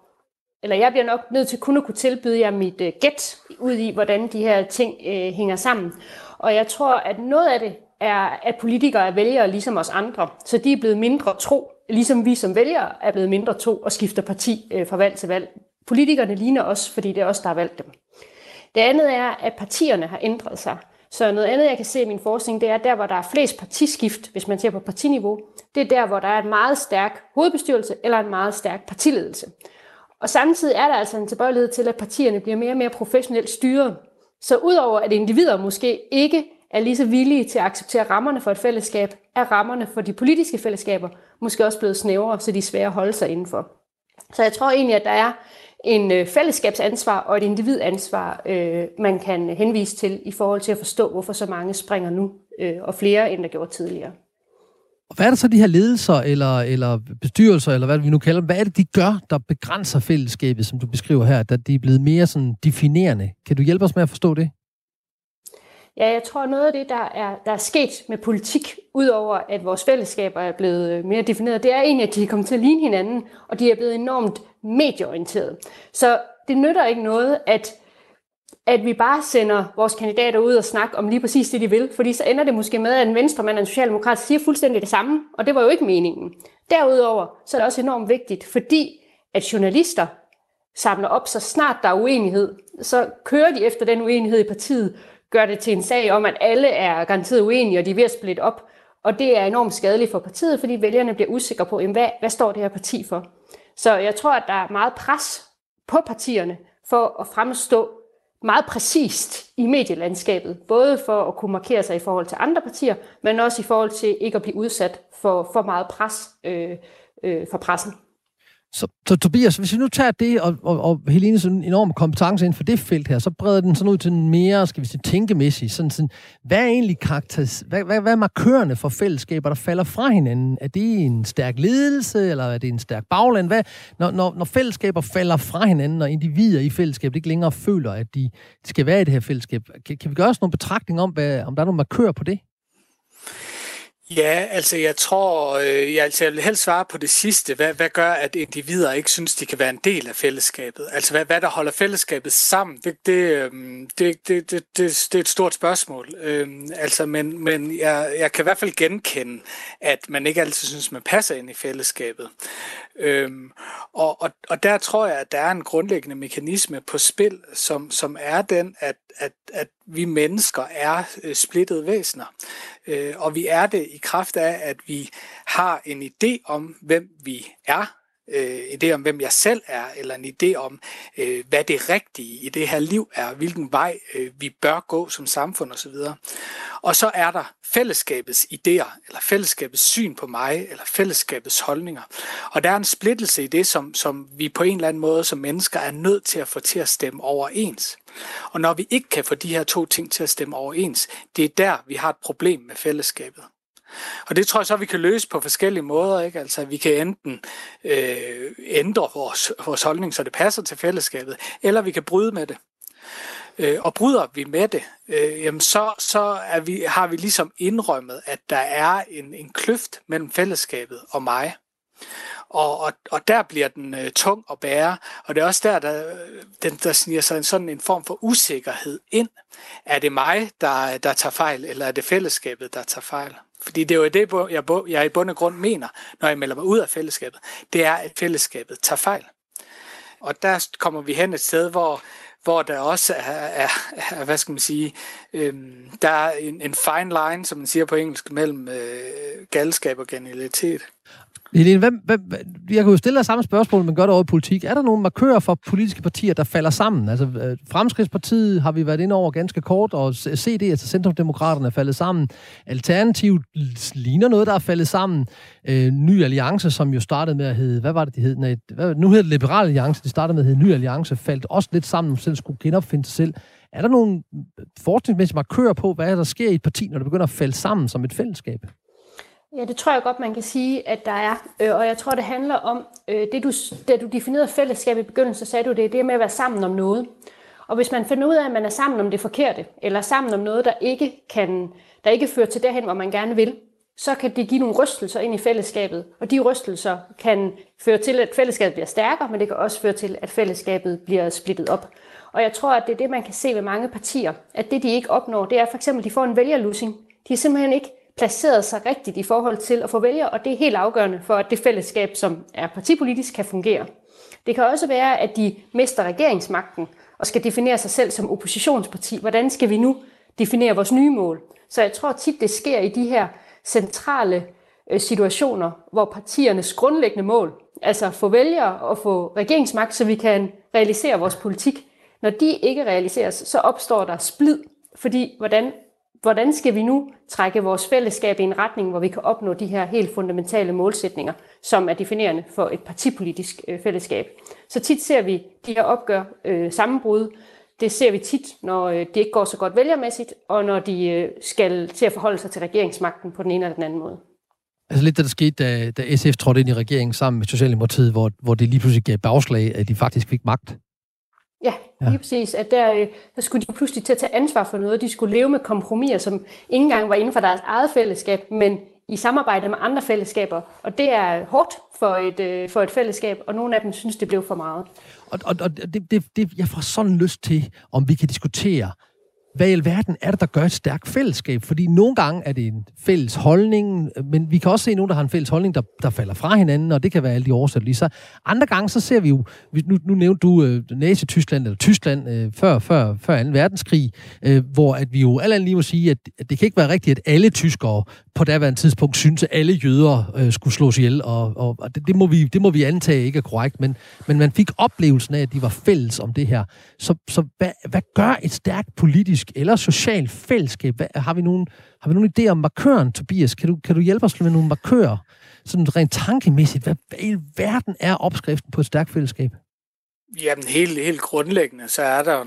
jeg bliver nok nødt til kun at kunne tilbyde jer mit gæt ud i, hvordan de her ting hænger sammen. Og jeg tror, at noget af det er, at politikere er vælgere ligesom os andre, så de er blevet mindre tro, ligesom vi som vælgere er blevet mindre tro og skifter parti fra valg til valg. Politikerne ligner os, fordi det er os, der har valgt dem. Det andet er, at partierne har ændret sig. Så noget andet, jeg kan se i min forskning, det er, at der, hvor der er flest partiskift, hvis man ser på partiniveau, det er der, hvor der er en meget stærk hovedbestyrelse eller en meget stærk partiledelse. Og samtidig er der altså en tilbøjelighed til, at partierne bliver mere og mere professionelt styret. Så udover at individer måske ikke er lige så villige til at acceptere rammerne for et fællesskab, er rammerne for de politiske fællesskaber måske også blevet snævrere, så de er svære at holde sig indenfor. Så jeg tror egentlig, at der er en fællesskabsansvar og et individansvar, man kan henvise til i forhold til at forstå, hvorfor så mange springer nu, og flere end der gjorde tidligere. Og hvad er det så, de her ledelser eller bestyrelser, eller hvad vi nu kalder dem, hvad er det, de gør, der begrænser fællesskabet, som du beskriver her, da de er blevet mere sådan definerende? Kan du hjælpe os med at forstå det? Ja, jeg tror, noget af det, der er sket med politik, udover at vores fællesskaber er blevet mere defineret, det er egentlig, at de er kommet til at ligne hinanden, og de er blevet enormt medieorienteret. Så det nytter ikke noget, at vi bare sender vores kandidater ud og snakke om lige præcis det, de vil, fordi så ender det måske med, at en venstremand og en socialdemokrat siger fuldstændig det samme, og det var jo ikke meningen. Derudover så er det også enormt vigtigt, fordi at journalister samler op, så snart der er uenighed, så kører de efter den uenighed i partiet, gør det til en sag om, at alle er garanteret uenige, og de er ved at splitte op. Og det er enormt skadeligt for partiet, fordi vælgerne bliver usikre på, hvad står det her parti for. Så jeg tror, at der er meget pres på partierne for at fremstå meget præcist i medielandskabet. Både for at kunne markere sig i forhold til andre partier, men også i forhold til ikke at blive udsat for meget pres fra pressen. Så Tobias, hvis vi nu tager det og Helenes enorme kompetence inden for det felt her, så breder den sådan ud til en mere, skal vi sige, tænkemæssig. Sådan, hvad er egentlig hvad er markørerne for fællesskaber, der falder fra hinanden? Er det en stærk ledelse, eller er det en stærk bagland? Når fællesskaber falder fra hinanden, og individer i fællesskabet ikke længere føler, at de skal være i det her fællesskab, kan vi gøre os nogle betragtninger om, om der er nogle markører på det? Ja, altså jeg tror, jeg vil helst svare på det sidste. Hvad gør, at individer ikke synes, de kan være en del af fællesskabet? Altså hvad der holder fællesskabet sammen? Det er et stort spørgsmål. Men jeg kan i hvert fald genkende, at man ikke altid synes, man passer ind i fællesskabet. Og der tror jeg, at der er en grundlæggende mekanisme på spil, som er den, at vi mennesker er splittede væsener. Og vi er det i kraft af, at vi har en idé om, hvem vi er, idé om, hvem jeg selv er, eller en idé om, hvad det rigtige i det her liv er, hvilken vej vi bør gå som samfund osv. Og så er der fællesskabets idéer, eller fællesskabets syn på mig, eller fællesskabets holdninger. Og der er en splittelse i det, som vi på en eller anden måde som mennesker er nødt til at få til at stemme overens. Og når vi ikke kan få de her to ting til at stemme overens, det er der, vi har et problem med fællesskabet. Og det tror jeg så, vi kan løse på forskellige måder, ikke? Altså, vi kan enten ændre vores holdning, så det passer til fællesskabet, eller vi kan bryde med det. Og bryder vi med det, jamen så har vi ligesom indrømmet, at der er en kløft mellem fællesskabet og mig. Og der bliver den tung at bære, og det er også der sniger sig sådan en form for usikkerhed ind. Er det mig, der tager fejl, eller er det fællesskabet, der tager fejl? Fordi det er jo det, jeg i bund og grund mener, når jeg melder mig ud af fællesskabet. Det er, at fællesskabet tager fejl. Og der kommer vi hen et sted, hvor der også er hvad skal man sige, der er en fine line, som man siger på engelsk, mellem galskab og genialitet. Helene, jeg kan jo stille dig samme spørgsmål, men gør det over i politik. Er der nogle markører for politiske partier, der falder sammen? Altså, Fremskridtspartiet har vi været inde over ganske kort, og CD, altså Centrumdemokraterne, er faldet sammen. Alternativt ligner noget, der er faldet sammen. Ny Alliance, som jo startede med at hedde, hvad var det, de hed? Nu hedder det Liberal Alliance, de startede med at hedde Ny Alliance, faldt også lidt sammen, selv skulle genopfinde sig selv. Er der nogle forskningsmæssige markører på, hvad der sker i et parti, når det begynder at falde sammen som et fællesskab? Ja, det tror jeg godt, man kan sige, at der er. Og jeg tror, det handler om, da du definerede fællesskab i begyndelsen, så sagde du, det med at være sammen om noget. Og hvis man finder ud af, at man er sammen om det forkerte, eller sammen om noget, der ikke fører til derhen, hvor man gerne vil, så kan det give nogle rystelser ind i fællesskabet. Og de rystelser kan føre til, at fællesskabet bliver stærkere, men det kan også føre til, at fællesskabet bliver splittet op. Og jeg tror, at det er det, man kan se ved mange partier, at det, de ikke opnår, det er for eksempel, at de får en vælgerlussing. De er simpelthen ikke placeret sig rigtigt i forhold til at få vælgere, og det er helt afgørende for, at det fællesskab, som er partipolitisk, kan fungere. Det kan også være, at de mister regeringsmagten og skal definere sig selv som oppositionsparti. Hvordan skal vi nu definere vores nye mål? Så jeg tror tit, det sker i de her centrale situationer, hvor partiernes grundlæggende mål, altså få vælgere og få regeringsmagt, så vi kan realisere vores politik, når de ikke realiseres, så opstår der splid, fordi hvordan hvordan skal vi nu trække vores fællesskab i en retning, hvor vi kan opnå de her helt fundamentale målsætninger, som er definerende for et partipolitisk fællesskab. Så tit ser vi de her opgør sammenbrud. Det ser vi tit, når det ikke går så godt vælgermæssigt, og når de skal til at forholde sig til regeringsmagten på den ene eller den anden måde. Altså lidt det, der skete, da SF trådte ind i regeringen sammen med Socialdemokratiet, hvor det lige pludselig gav bagslag, at de faktisk fik magt. Ja, lige præcis. At der skulle de pludselig til at tage ansvar for noget. De skulle leve med kompromiser, som ikke engang var inden for deres eget fællesskab, men i samarbejde med andre fællesskaber. Og det er hårdt for et fællesskab, og nogle af dem synes, det blev for meget. Og jeg får sådan lyst til, om vi kan diskutere, hvad i alverden er det, der gør et stærkt fællesskab? Fordi nogle gange er det en fælles holdning, men vi kan også se nogen, der har en fælles holdning, der falder fra hinanden, og det kan være alle de årsager lige så. Andre gange, så ser vi jo, nu nævnte du Nazi-Tyskland, eller Tyskland før 2. verdenskrig, hvor at vi jo alle lige må sige, at det kan ikke være rigtigt, at alle tyskere på daværende tidspunkt synes, at alle jøder skulle slås ihjel, og det må vi antage ikke er korrekt, men man fik oplevelsen af, at de var fælles om det her. Så hvad gør et stærkt politisk eller socialt fællesskab? Har vi nogen idé om markøren, Tobias? Kan du hjælpe os med nogle markører? Sådan rent tankemæssigt. Hvad i verden er opskriften på et stærkt fællesskab? Jamen helt grundlæggende, så er der jo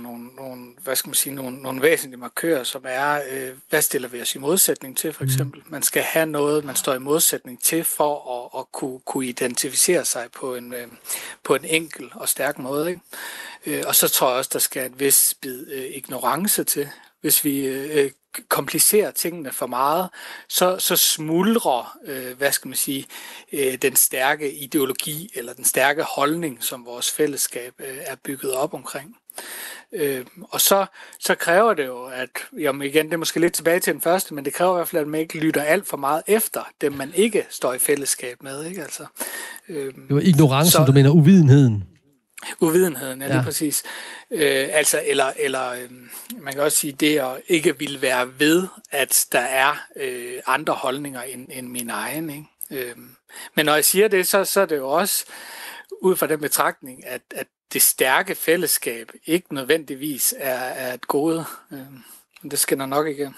nogle væsentlige markører, som er, hvad stiller vi os i modsætning til, for eksempel. Man skal have noget, man står i modsætning til, for at kunne identificere sig på en enkel og stærk måde, ikke? Og så tror jeg også, der skal et vis bid ignorance til. Hvis vi komplicerer tingene for meget, så smuldrer, den stærke ideologi eller den stærke holdning, som vores fællesskab er bygget op omkring. Og så kræver det jo, at, igen, det er måske lidt tilbage til den første, men det kræver i hvert fald, at man ikke lytter alt for meget efter dem, man ikke står i fællesskab med, ikke? Altså, det var ignorancen, du mener uvidenheden. Uvidenheden, ja, lige præcis. Man kan også sige, det at ikke ville være ved, at der er andre holdninger end min egen, ikke? Men når jeg siger det, så er det jo også ud fra den betragtning, at det stærke fællesskab ikke nødvendigvis er et gode. Det skinner nok igennem.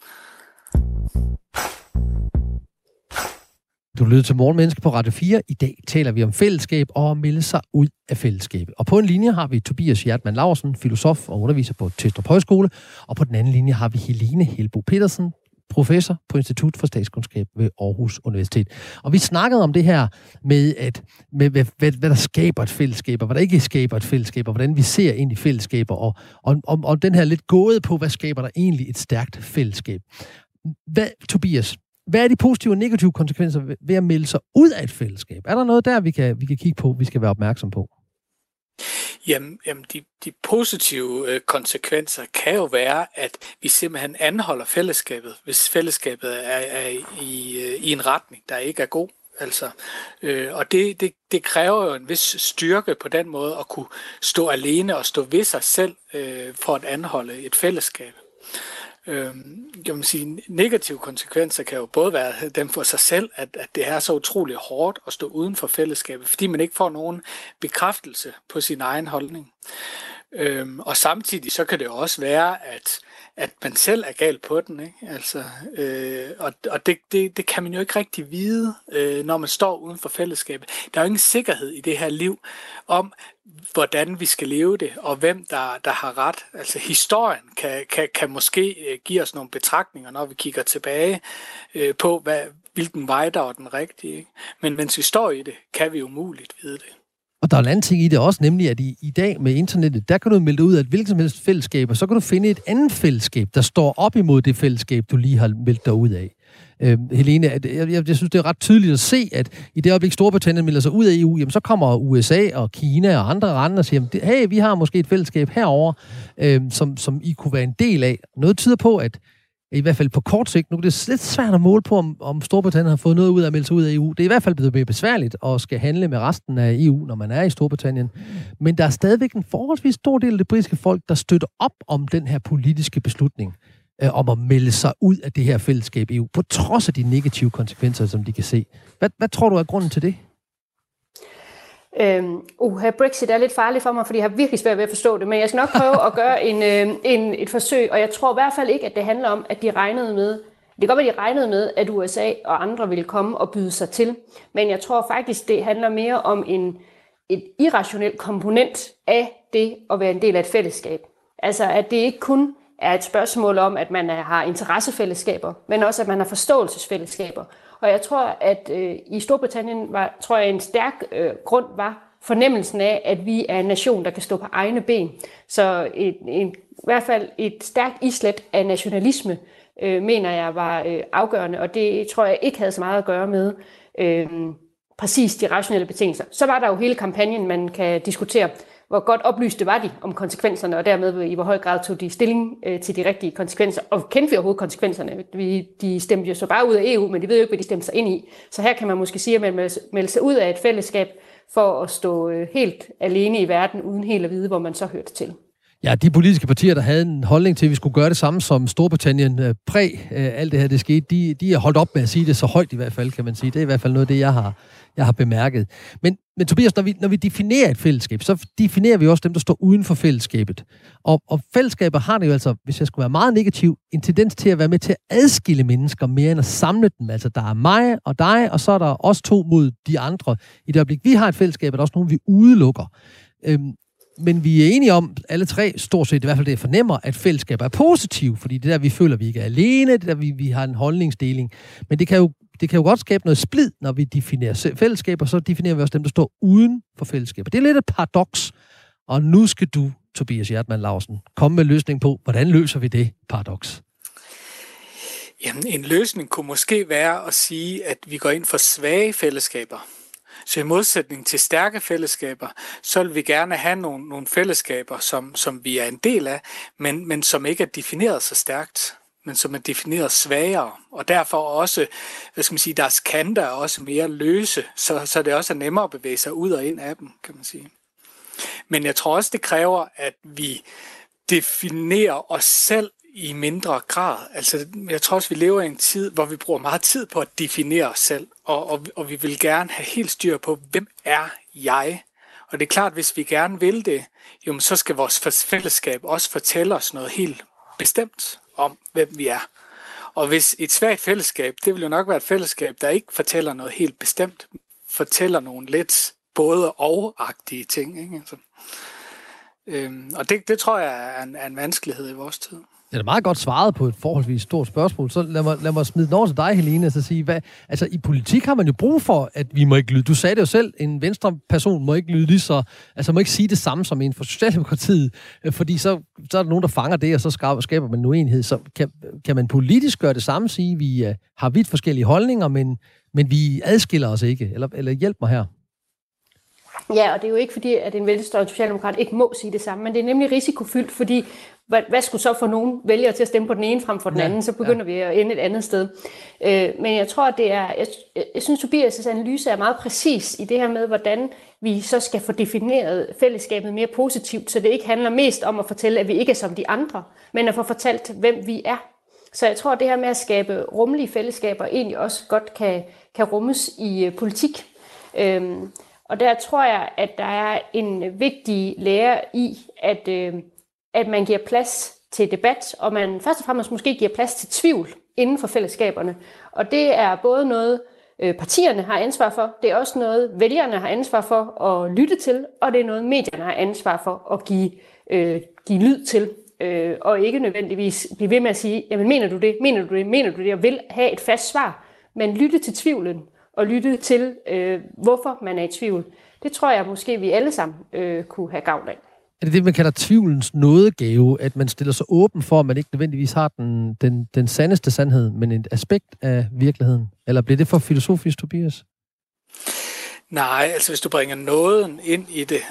Du lytter til Morgenmenneske på Radio 4. I dag taler vi om fællesskab og at melde sig ud af fællesskabet. Og på en linje har vi Tobias Hjertmann Laursen, filosof og underviser på Testrup Højskole. Og på den anden linje har vi Helene Helbo Petersen, professor på Institut for Statskundskab ved Aarhus Universitet. Og vi snakkede om det her med hvad der skaber et fællesskab, og hvad der ikke skaber et fællesskab, og hvordan vi ser ind i fællesskaber, og den her lidt gåde på, hvad skaber der egentlig et stærkt fællesskab. Tobias, hvad er de positive og negative konsekvenser ved at melde sig ud af et fællesskab? Er der noget der, vi kan kigge på, vi skal være opmærksom på? Jamen de positive konsekvenser kan jo være, at vi simpelthen anholder fællesskabet, hvis fællesskabet er i en retning, der ikke er god. Altså, og det kræver jo en vis styrke på den måde at kunne stå alene og stå ved sig selv for at anholde et fællesskab. Kan man sige, negative konsekvenser kan jo både være dem for sig selv, at det er så utroligt hårdt at stå uden for fællesskabet, fordi man ikke får nogen bekræftelse på sin egen holdning. Og samtidig så kan det jo også være, at man selv er galt på den, ikke? Altså, og det kan man jo ikke rigtig vide, når man står uden for fællesskabet. Der er jo ingen sikkerhed i det her liv om, hvordan vi skal leve det, og hvem der har ret. Altså historien kan måske give os nogle betragtninger, når vi kigger tilbage på, hvilken vej der er den rigtige, ikke? Men mens vi står i det, kan vi umuligt vide det. Og der er en anden ting i det også, nemlig at i dag med internettet, der kan du melde dig ud af et hvilket som helst fællesskab, og så kan du finde et andet fællesskab, der står op imod det fællesskab, du lige har meldt dig ud af. Helene, jeg synes, det er ret tydeligt at se, at i det øjeblik Storbritannien melder sig ud af EU, jamen, så kommer USA og Kina og andre og siger, hey, vi har måske et fællesskab herover, som I kunne være en del af. Noget tyder på, at i hvert fald på kort sigt, nu er det lidt svært at måle på, om Storbritannien har fået noget ud af at melde sig ud af EU. Det er i hvert fald blevet mere besværligt at skal handle med resten af EU, når man er i Storbritannien. Men der er stadigvæk en forholdsvis stor del af det britiske folk, der støtter op om den her politiske beslutning om at melde sig ud af det her fællesskab EU, på trods af de negative konsekvenser, som de kan se. Hvad tror du er grunden til det? Brexit er lidt farligt for mig, fordi jeg har virkelig svært ved at forstå det, men jeg skal nok prøve at gøre et forsøg, og jeg tror i hvert fald ikke, at det handler om, at de regnede med, det kan godt være, de regnede med, at USA og andre ville komme og byde sig til, men jeg tror faktisk, det handler mere om et irrationelt komponent af det at være en del af et fællesskab. Altså, at det ikke kun er et spørgsmål om, at man har interessefællesskaber, men også, at man har forståelsesfællesskaber. Og jeg tror, at i Storbritannien en stærk grund var fornemmelsen af, at vi er en nation, der kan stå på egne ben. Så i hvert fald et stærkt islet af nationalisme, mener jeg var afgørende, og det tror jeg ikke havde så meget at gøre med præcis de rationelle betingelser. Så var der jo hele kampagnen, man kan diskutere, hvor godt oplyste var de om konsekvenserne, og dermed i hvor høj grad tog de stilling til de rigtige konsekvenser. Og kendte vi overhovedet konsekvenserne? De stemte jo så bare ud af EU, men de ved jo ikke, hvad de stemte sig ind i. Så her kan man måske sige, at man melder sig ud af et fællesskab for at stå helt alene i verden, uden helt at vide, hvor man så hørte til. Ja, de politiske partier, der havde en holdning til, at vi skulle gøre det samme som Storbritannien alt det her, det skete, de er holdt op med at sige det så højt i hvert fald, kan man sige. Det er i hvert fald noget af det, jeg har bemærket. Men Tobias, når vi definerer et fællesskab, så definerer vi også dem, der står uden for fællesskabet. Og fællesskaber har det jo altså, hvis jeg skulle være meget negativ, en tendens til at være med til at adskille mennesker mere end at samle dem. Altså, der er mig og dig, og så er der os to mod de andre. I det øjeblik, vi har et fællesskab, er der også nogen, vi udelukker. Men vi er enige om, alle tre, stort set i hvert fald det, fornemmer, at fællesskaber er positive, fordi det der, vi føler, vi ikke er alene, det der, vi har en holdningsdeling. Men det kan jo godt skabe noget splid, når vi definerer fællesskaber, så definerer vi også dem, der står uden for fællesskaber. Det er lidt et paradoks, og nu skal du, Tobias Hjertmann Laursen, komme med løsning på, hvordan løser vi det paradoks? Jamen, en løsning kunne måske være at sige, at vi går ind for svage fællesskaber. Så i modsætning til stærke fællesskaber, så vil vi gerne have nogle fællesskaber, som vi er en del af, men som ikke er defineret så stærkt, men som er defineret svagere. Og derfor også, deres kanter er også mere løse, så det også er nemmere at bevæge sig ud og ind af dem, kan man sige. Men jeg tror også, det kræver, at vi definerer os selv i mindre grad. Altså, jeg tror også, vi lever i en tid, hvor vi bruger meget tid på at definere os selv, og vi vil gerne have helt styr på, hvem er jeg? Og det er klart, hvis vi gerne vil det, jo, så skal vores fællesskab også fortælle os noget helt bestemt om, hvem vi er. Og hvis et svagt fællesskab, det vil jo nok være et fællesskab, der ikke fortæller noget helt bestemt, fortæller nogle lidt både og-agtige ting. Ikke? Altså, og det tror jeg er en vanskelighed i vores tid. Det er meget godt svaret på et forholdsvis stort spørgsmål. Så lad mig smide den over til dig, Helene, og så sige, i politik har man jo brug for, at vi må ikke lyde. Du sagde det jo selv, en venstre person må ikke lyde lige så, altså må ikke sige det samme som en fra Socialdemokratiet, fordi så er der nogen, der fanger det, og så skaber man en uenighed. Så kan man politisk gøre det samme, sige, at vi har vidt forskellige holdninger, men vi adskiller os ikke, eller hjælp mig her. Ja, og det er jo ikke fordi, at en venstre og socialdemokrat ikke må sige det samme, men det er nemlig risikofyldt, fordi hvad skulle så få nogen vælgere til at stemme på den ene frem for den anden, så begynder vi at ende et andet sted. Men jeg tror, jeg synes, Tobias' analyse er meget præcis i det her med, hvordan vi så skal få defineret fællesskabet mere positivt, så det ikke handler mest om at fortælle, at vi ikke er som de andre, men at få fortalt, hvem vi er. Så jeg tror, at det her med at skabe rummelige fællesskaber egentlig også godt kan rummes i politik. Og der tror jeg, at der er en vigtig lære i, at man giver plads til debat, og man først og fremmest måske giver plads til tvivl inden for fællesskaberne. Og det er både noget, partierne har ansvar for, det er også noget, vælgerne har ansvar for at lytte til, og det er noget, medierne har ansvar for at give lyd til, og ikke nødvendigvis blive ved med at sige, jamen mener du det, mener du det, mener du det, og vil have et fast svar, men lytte til tvivlen, og lytte til, hvorfor man er i tvivl. Det tror jeg måske, vi alle sammen kunne have gavn af. Er det, man kalder tvivlens nådegave, at man stiller sig åben for, at man ikke nødvendigvis har den sandeste sandhed, men et aspekt af virkeligheden? Eller bliver det for filosofisk, Tobias? Nej, altså hvis du bringer nåden ind i det,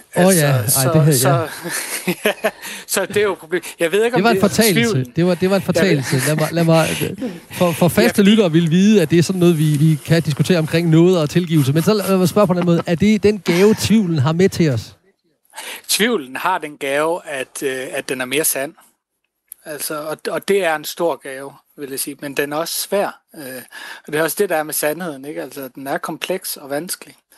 så det er jo et problem. Jeg ved ikke, om det var en fortalelse. Det var en fortalelse. Lad mig for faste lyttere vil vide, at det er sådan noget, vi kan diskutere omkring noget og tilgivelse. Men så lad mig spørge på den måde, er det den gave, tvivlen har med til os? Tvivlen har den gave, at den er mere sand. Altså, og det er en stor gave, vil jeg sige, men den er også svær. Og det er også det, der er med sandheden, ikke? Altså, den er kompleks og vanskelig.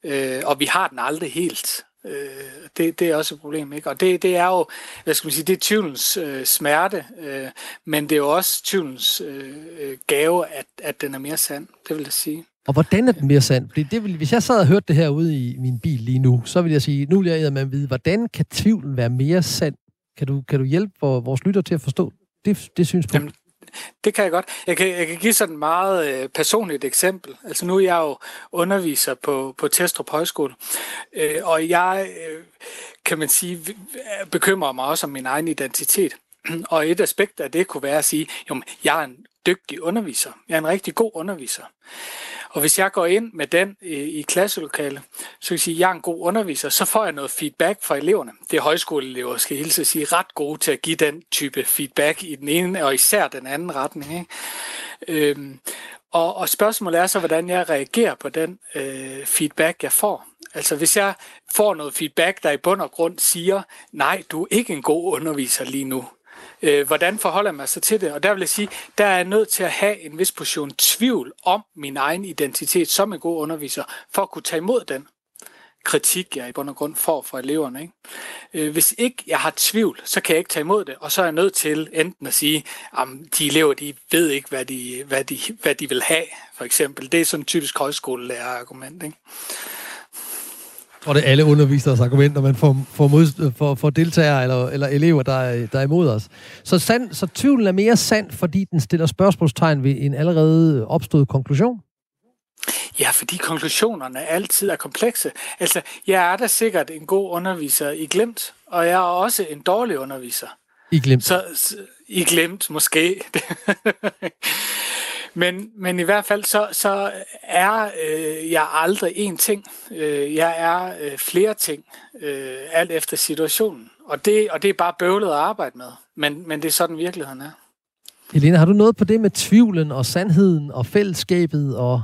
og vi har den aldrig helt. Det er også et problem, ikke? Og det er jo, hvad skal man sige, det er tvivlens smerte, men det er jo også tvivlens gave, at den er mere sand, det vil jeg sige. Og hvordan er den mere sand? Fordi hvis jeg sad og hørte det her ude i min bil lige nu, så vil jeg sige, nu vil jeg med at vide, hvordan kan tvivlen være mere sand? Kan du hjælpe vores lytter til at forstå det synspunkt? Jamen, det kan jeg godt. Jeg kan give sådan et meget personligt eksempel. Altså nu er jeg jo underviser på Testrup Højskole, og jeg, kan man sige, bekymrer mig også om min egen identitet. Og et aspekt af det kunne være at sige, jo, jeg er en dygtig underviser. Jeg er en rigtig god underviser. Og hvis jeg går ind med den i klasselokale, så kan jeg sige, at jeg er en god underviser, så får jeg noget feedback fra eleverne. Det er højskoleelever, skal jeg hilse at sige, ret gode til at give den type feedback i den ene og især den anden retning. Ikke? Og spørgsmålet er så, hvordan jeg reagerer på den feedback, jeg får. Altså hvis jeg får noget feedback, der i bund og grund siger, nej, du er ikke en god underviser lige nu. Hvordan forholder man sig til det? Og der vil jeg sige, der er jeg nødt til at have en vis portion tvivl om min egen identitet som en god underviser, for at kunne tage imod den kritik, jeg i bund og grund får fra eleverne. Ikke? Hvis ikke jeg har tvivl, så kan jeg ikke tage imod det, og så er jeg nødt til enten at sige, at de elever, de ved ikke, hvad de vil have, for eksempel. Det er sådan en typisk højskolelærer-argument, ikke? Og det er alle underviseres argumenter, man får deltagere eller elever, der er imod os. Så tvivlen er mere sand, fordi den stiller spørgsmålstegn ved en allerede opstået konklusion? Ja, fordi konklusionerne altid er komplekse. Altså, jeg er da sikkert en god underviser i Glimt, og jeg er også en dårlig underviser. I Glimt? I Glimt, måske. Men i hvert fald, så er jeg aldrig én ting. Jeg er flere ting, alt efter situationen. Og det er bare bøvlet at arbejde med. Men det er sådan, virkeligheden er. Helena, har du noget på det med tvivlen og sandheden og fællesskabet og...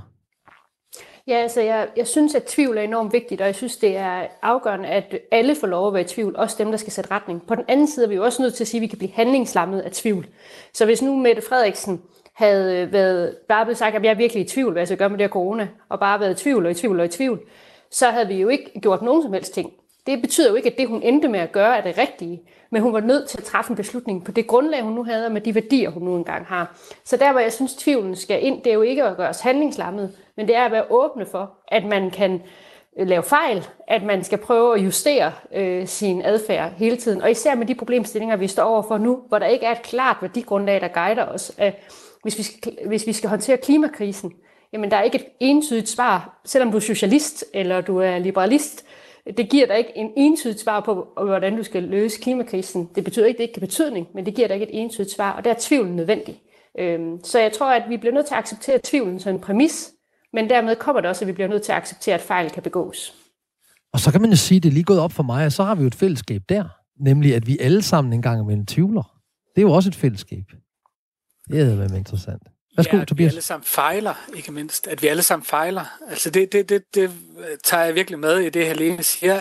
Ja, altså jeg synes, at tvivl er enormt vigtigt, og jeg synes, det er afgørende, at alle får lov at være i tvivl, også dem, der skal sætte retning. På den anden side er vi jo også nødt til at sige, at vi kan blive handlingslammet af tvivl. Så hvis nu Mette Frederiksen havde bare blevet sagt, at jeg er virkelig i tvivl, hvad jeg skal gøre med det her corona, og bare været i tvivl, så havde vi jo ikke gjort nogen som helst ting. Det betyder jo ikke, at det, hun endte med at gøre, er det rigtige, men hun var nødt til at træffe en beslutning på det grundlag, hun nu havde, og med de værdier, hun nu engang har. Så der, hvor jeg synes, tvivlen skal ind, det er jo ikke at gøre os handlingslammet, men det er at være åbne for, at man kan lave fejl, at man skal prøve at justere sin adfærd hele tiden. Og især med de problemstillinger, vi står overfor nu, hvor der ikke er et klart værdigrundlag, der guider os. Hvis vi skal håndtere klimakrisen, jamen der er ikke et entydigt svar, selvom du er socialist eller du er liberalist. Det giver dig ikke en entydigt svar på, hvordan du skal løse klimakrisen. Det betyder ikke, at det ikke kan betydning, men det giver dig ikke et entydigt svar, og der er tvivlen nødvendig. Så jeg tror, at vi bliver nødt til at acceptere tvivlen som en præmis, men dermed kommer det også, at vi bliver nødt til at acceptere, at fejl kan begås. Og så kan man jo sige, at det er lige gået op for mig, og så har vi jo et fællesskab der, nemlig at vi alle sammen en gang imellem tvivler. Det er jo også et fællesskab. Det er været interessant. Værsgo, Tobias. At vi alle sammen fejler, ikke mindst. At vi alle sammen fejler. Altså det tager jeg virkelig med i det, Helene siger,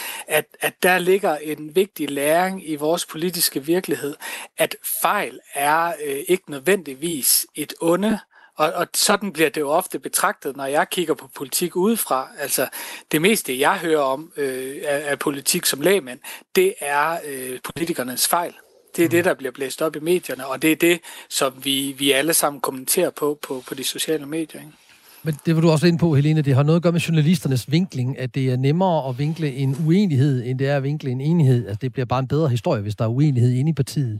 at der ligger en vigtig læring i vores politiske virkelighed, at fejl er ikke nødvendigvis et onde, og sådan bliver det jo ofte betragtet, når jeg kigger på politik udefra. Altså det meste, jeg hører om af politik som lægmand, det er politikernes fejl. Det er det, der bliver blæst op i medierne, og det er det, som vi alle sammen kommenterer på de sociale medier. Ikke? Men det var du også inde på, Helene, det har noget at gøre med journalisternes vinkling, at det er nemmere at vinkle en uenighed, end det er at vinkle en enighed. Altså det bliver bare en bedre historie, hvis der er uenighed inde i partiet.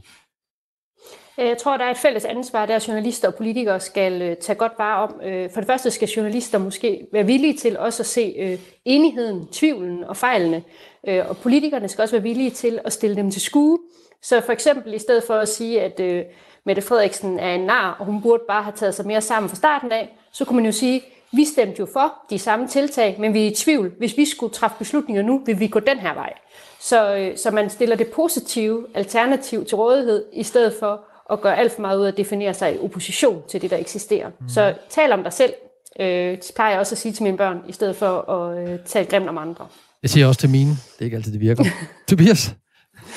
Jeg tror, der er et fælles ansvar, der journalister og politikere skal tage godt vare om. For det første skal journalister måske være villige til også at se enigheden, tvivlen og fejlene. Og politikerne skal også være villige til at stille dem til skue. Så for eksempel i stedet for at sige, at Mette Frederiksen er en nar, og hun burde bare have taget sig mere sammen fra starten af, så kunne man jo sige, vi stemte jo for de samme tiltag, men vi er i tvivl. Hvis vi skulle træffe beslutninger nu, vil vi gå den her vej. Så man stiller det positive alternativ til rådighed, i stedet for at gøre alt for meget ud af at definere sig i opposition til det, der eksisterer. Så tal om dig selv, det plejer jeg også at sige til mine børn, i stedet for at tale grimt om andre. Jeg siger også til mine. Det er ikke altid, det virker. Tobias?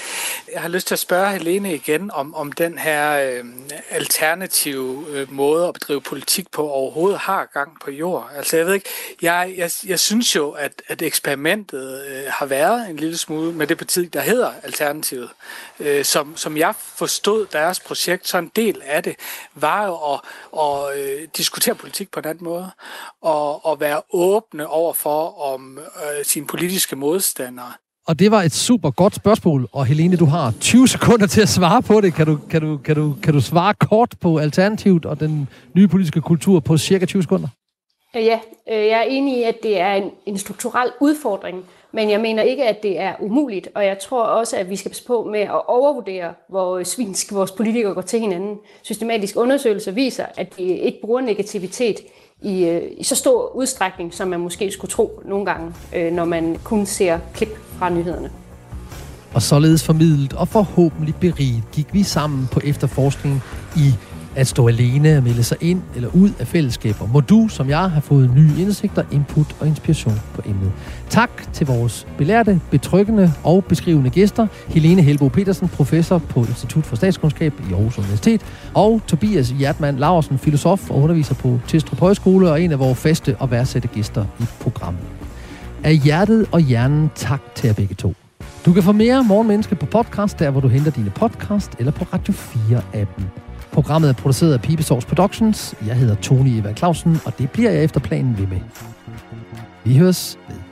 Jeg har lyst til at spørge Helene igen om den her alternative måde at bedrive politik på overhovedet har gang på jord. Altså jeg ved ikke, jeg synes jo, at eksperimentet har været en lille smule med det parti, der hedder Alternativet. Som jeg forstod deres projekt, så en del af det var jo at diskutere politik på en anden måde, og være åbne over om sine politiske modstandere. Og det var et super godt spørgsmål, og Helene, du har 20 sekunder til at svare på det. Kan du svare kort på Alternativet og den nye politiske kultur på cirka 20 sekunder? Ja, jeg er enig i, at det er en strukturel udfordring, men jeg mener ikke, at det er umuligt, og jeg tror også, at vi skal passe på med at overvurdere, hvor svinsk vores politikere går til hinanden. Systematiske undersøgelser viser, at de ikke bruger negativitet i så stor udstrækning, som man måske skulle tro nogle gange, når man kun ser klip fra nyhederne. Og således formidlet og forhåbentlig beriget gik vi sammen på efterforskning i at stå alene og melde sig ind eller ud af fællesskaber. Må du, som jeg, have fået nye indsigter, input og inspiration på emnet. Tak til vores belærte, betryggende og beskrivende gæster. Helene Hellbo Petersen, professor på Institut for Statskundskab i Aarhus Universitet, og Tobias Hjertmann Laursen, filosof og underviser på Testrup Højskole og en af vores faste og værdsætte gæster i programmet. Af hjertet og hjernen tak til jer begge to. Du kan få mere Morgenmenneske på podcast, der hvor du henter dine podcast, eller på Radio 4-appen. Programmet er produceret af Pibesovs Productions. Jeg hedder Tony Eva Clausen, og det bliver jeg efter planen ved med. Vi høres ved.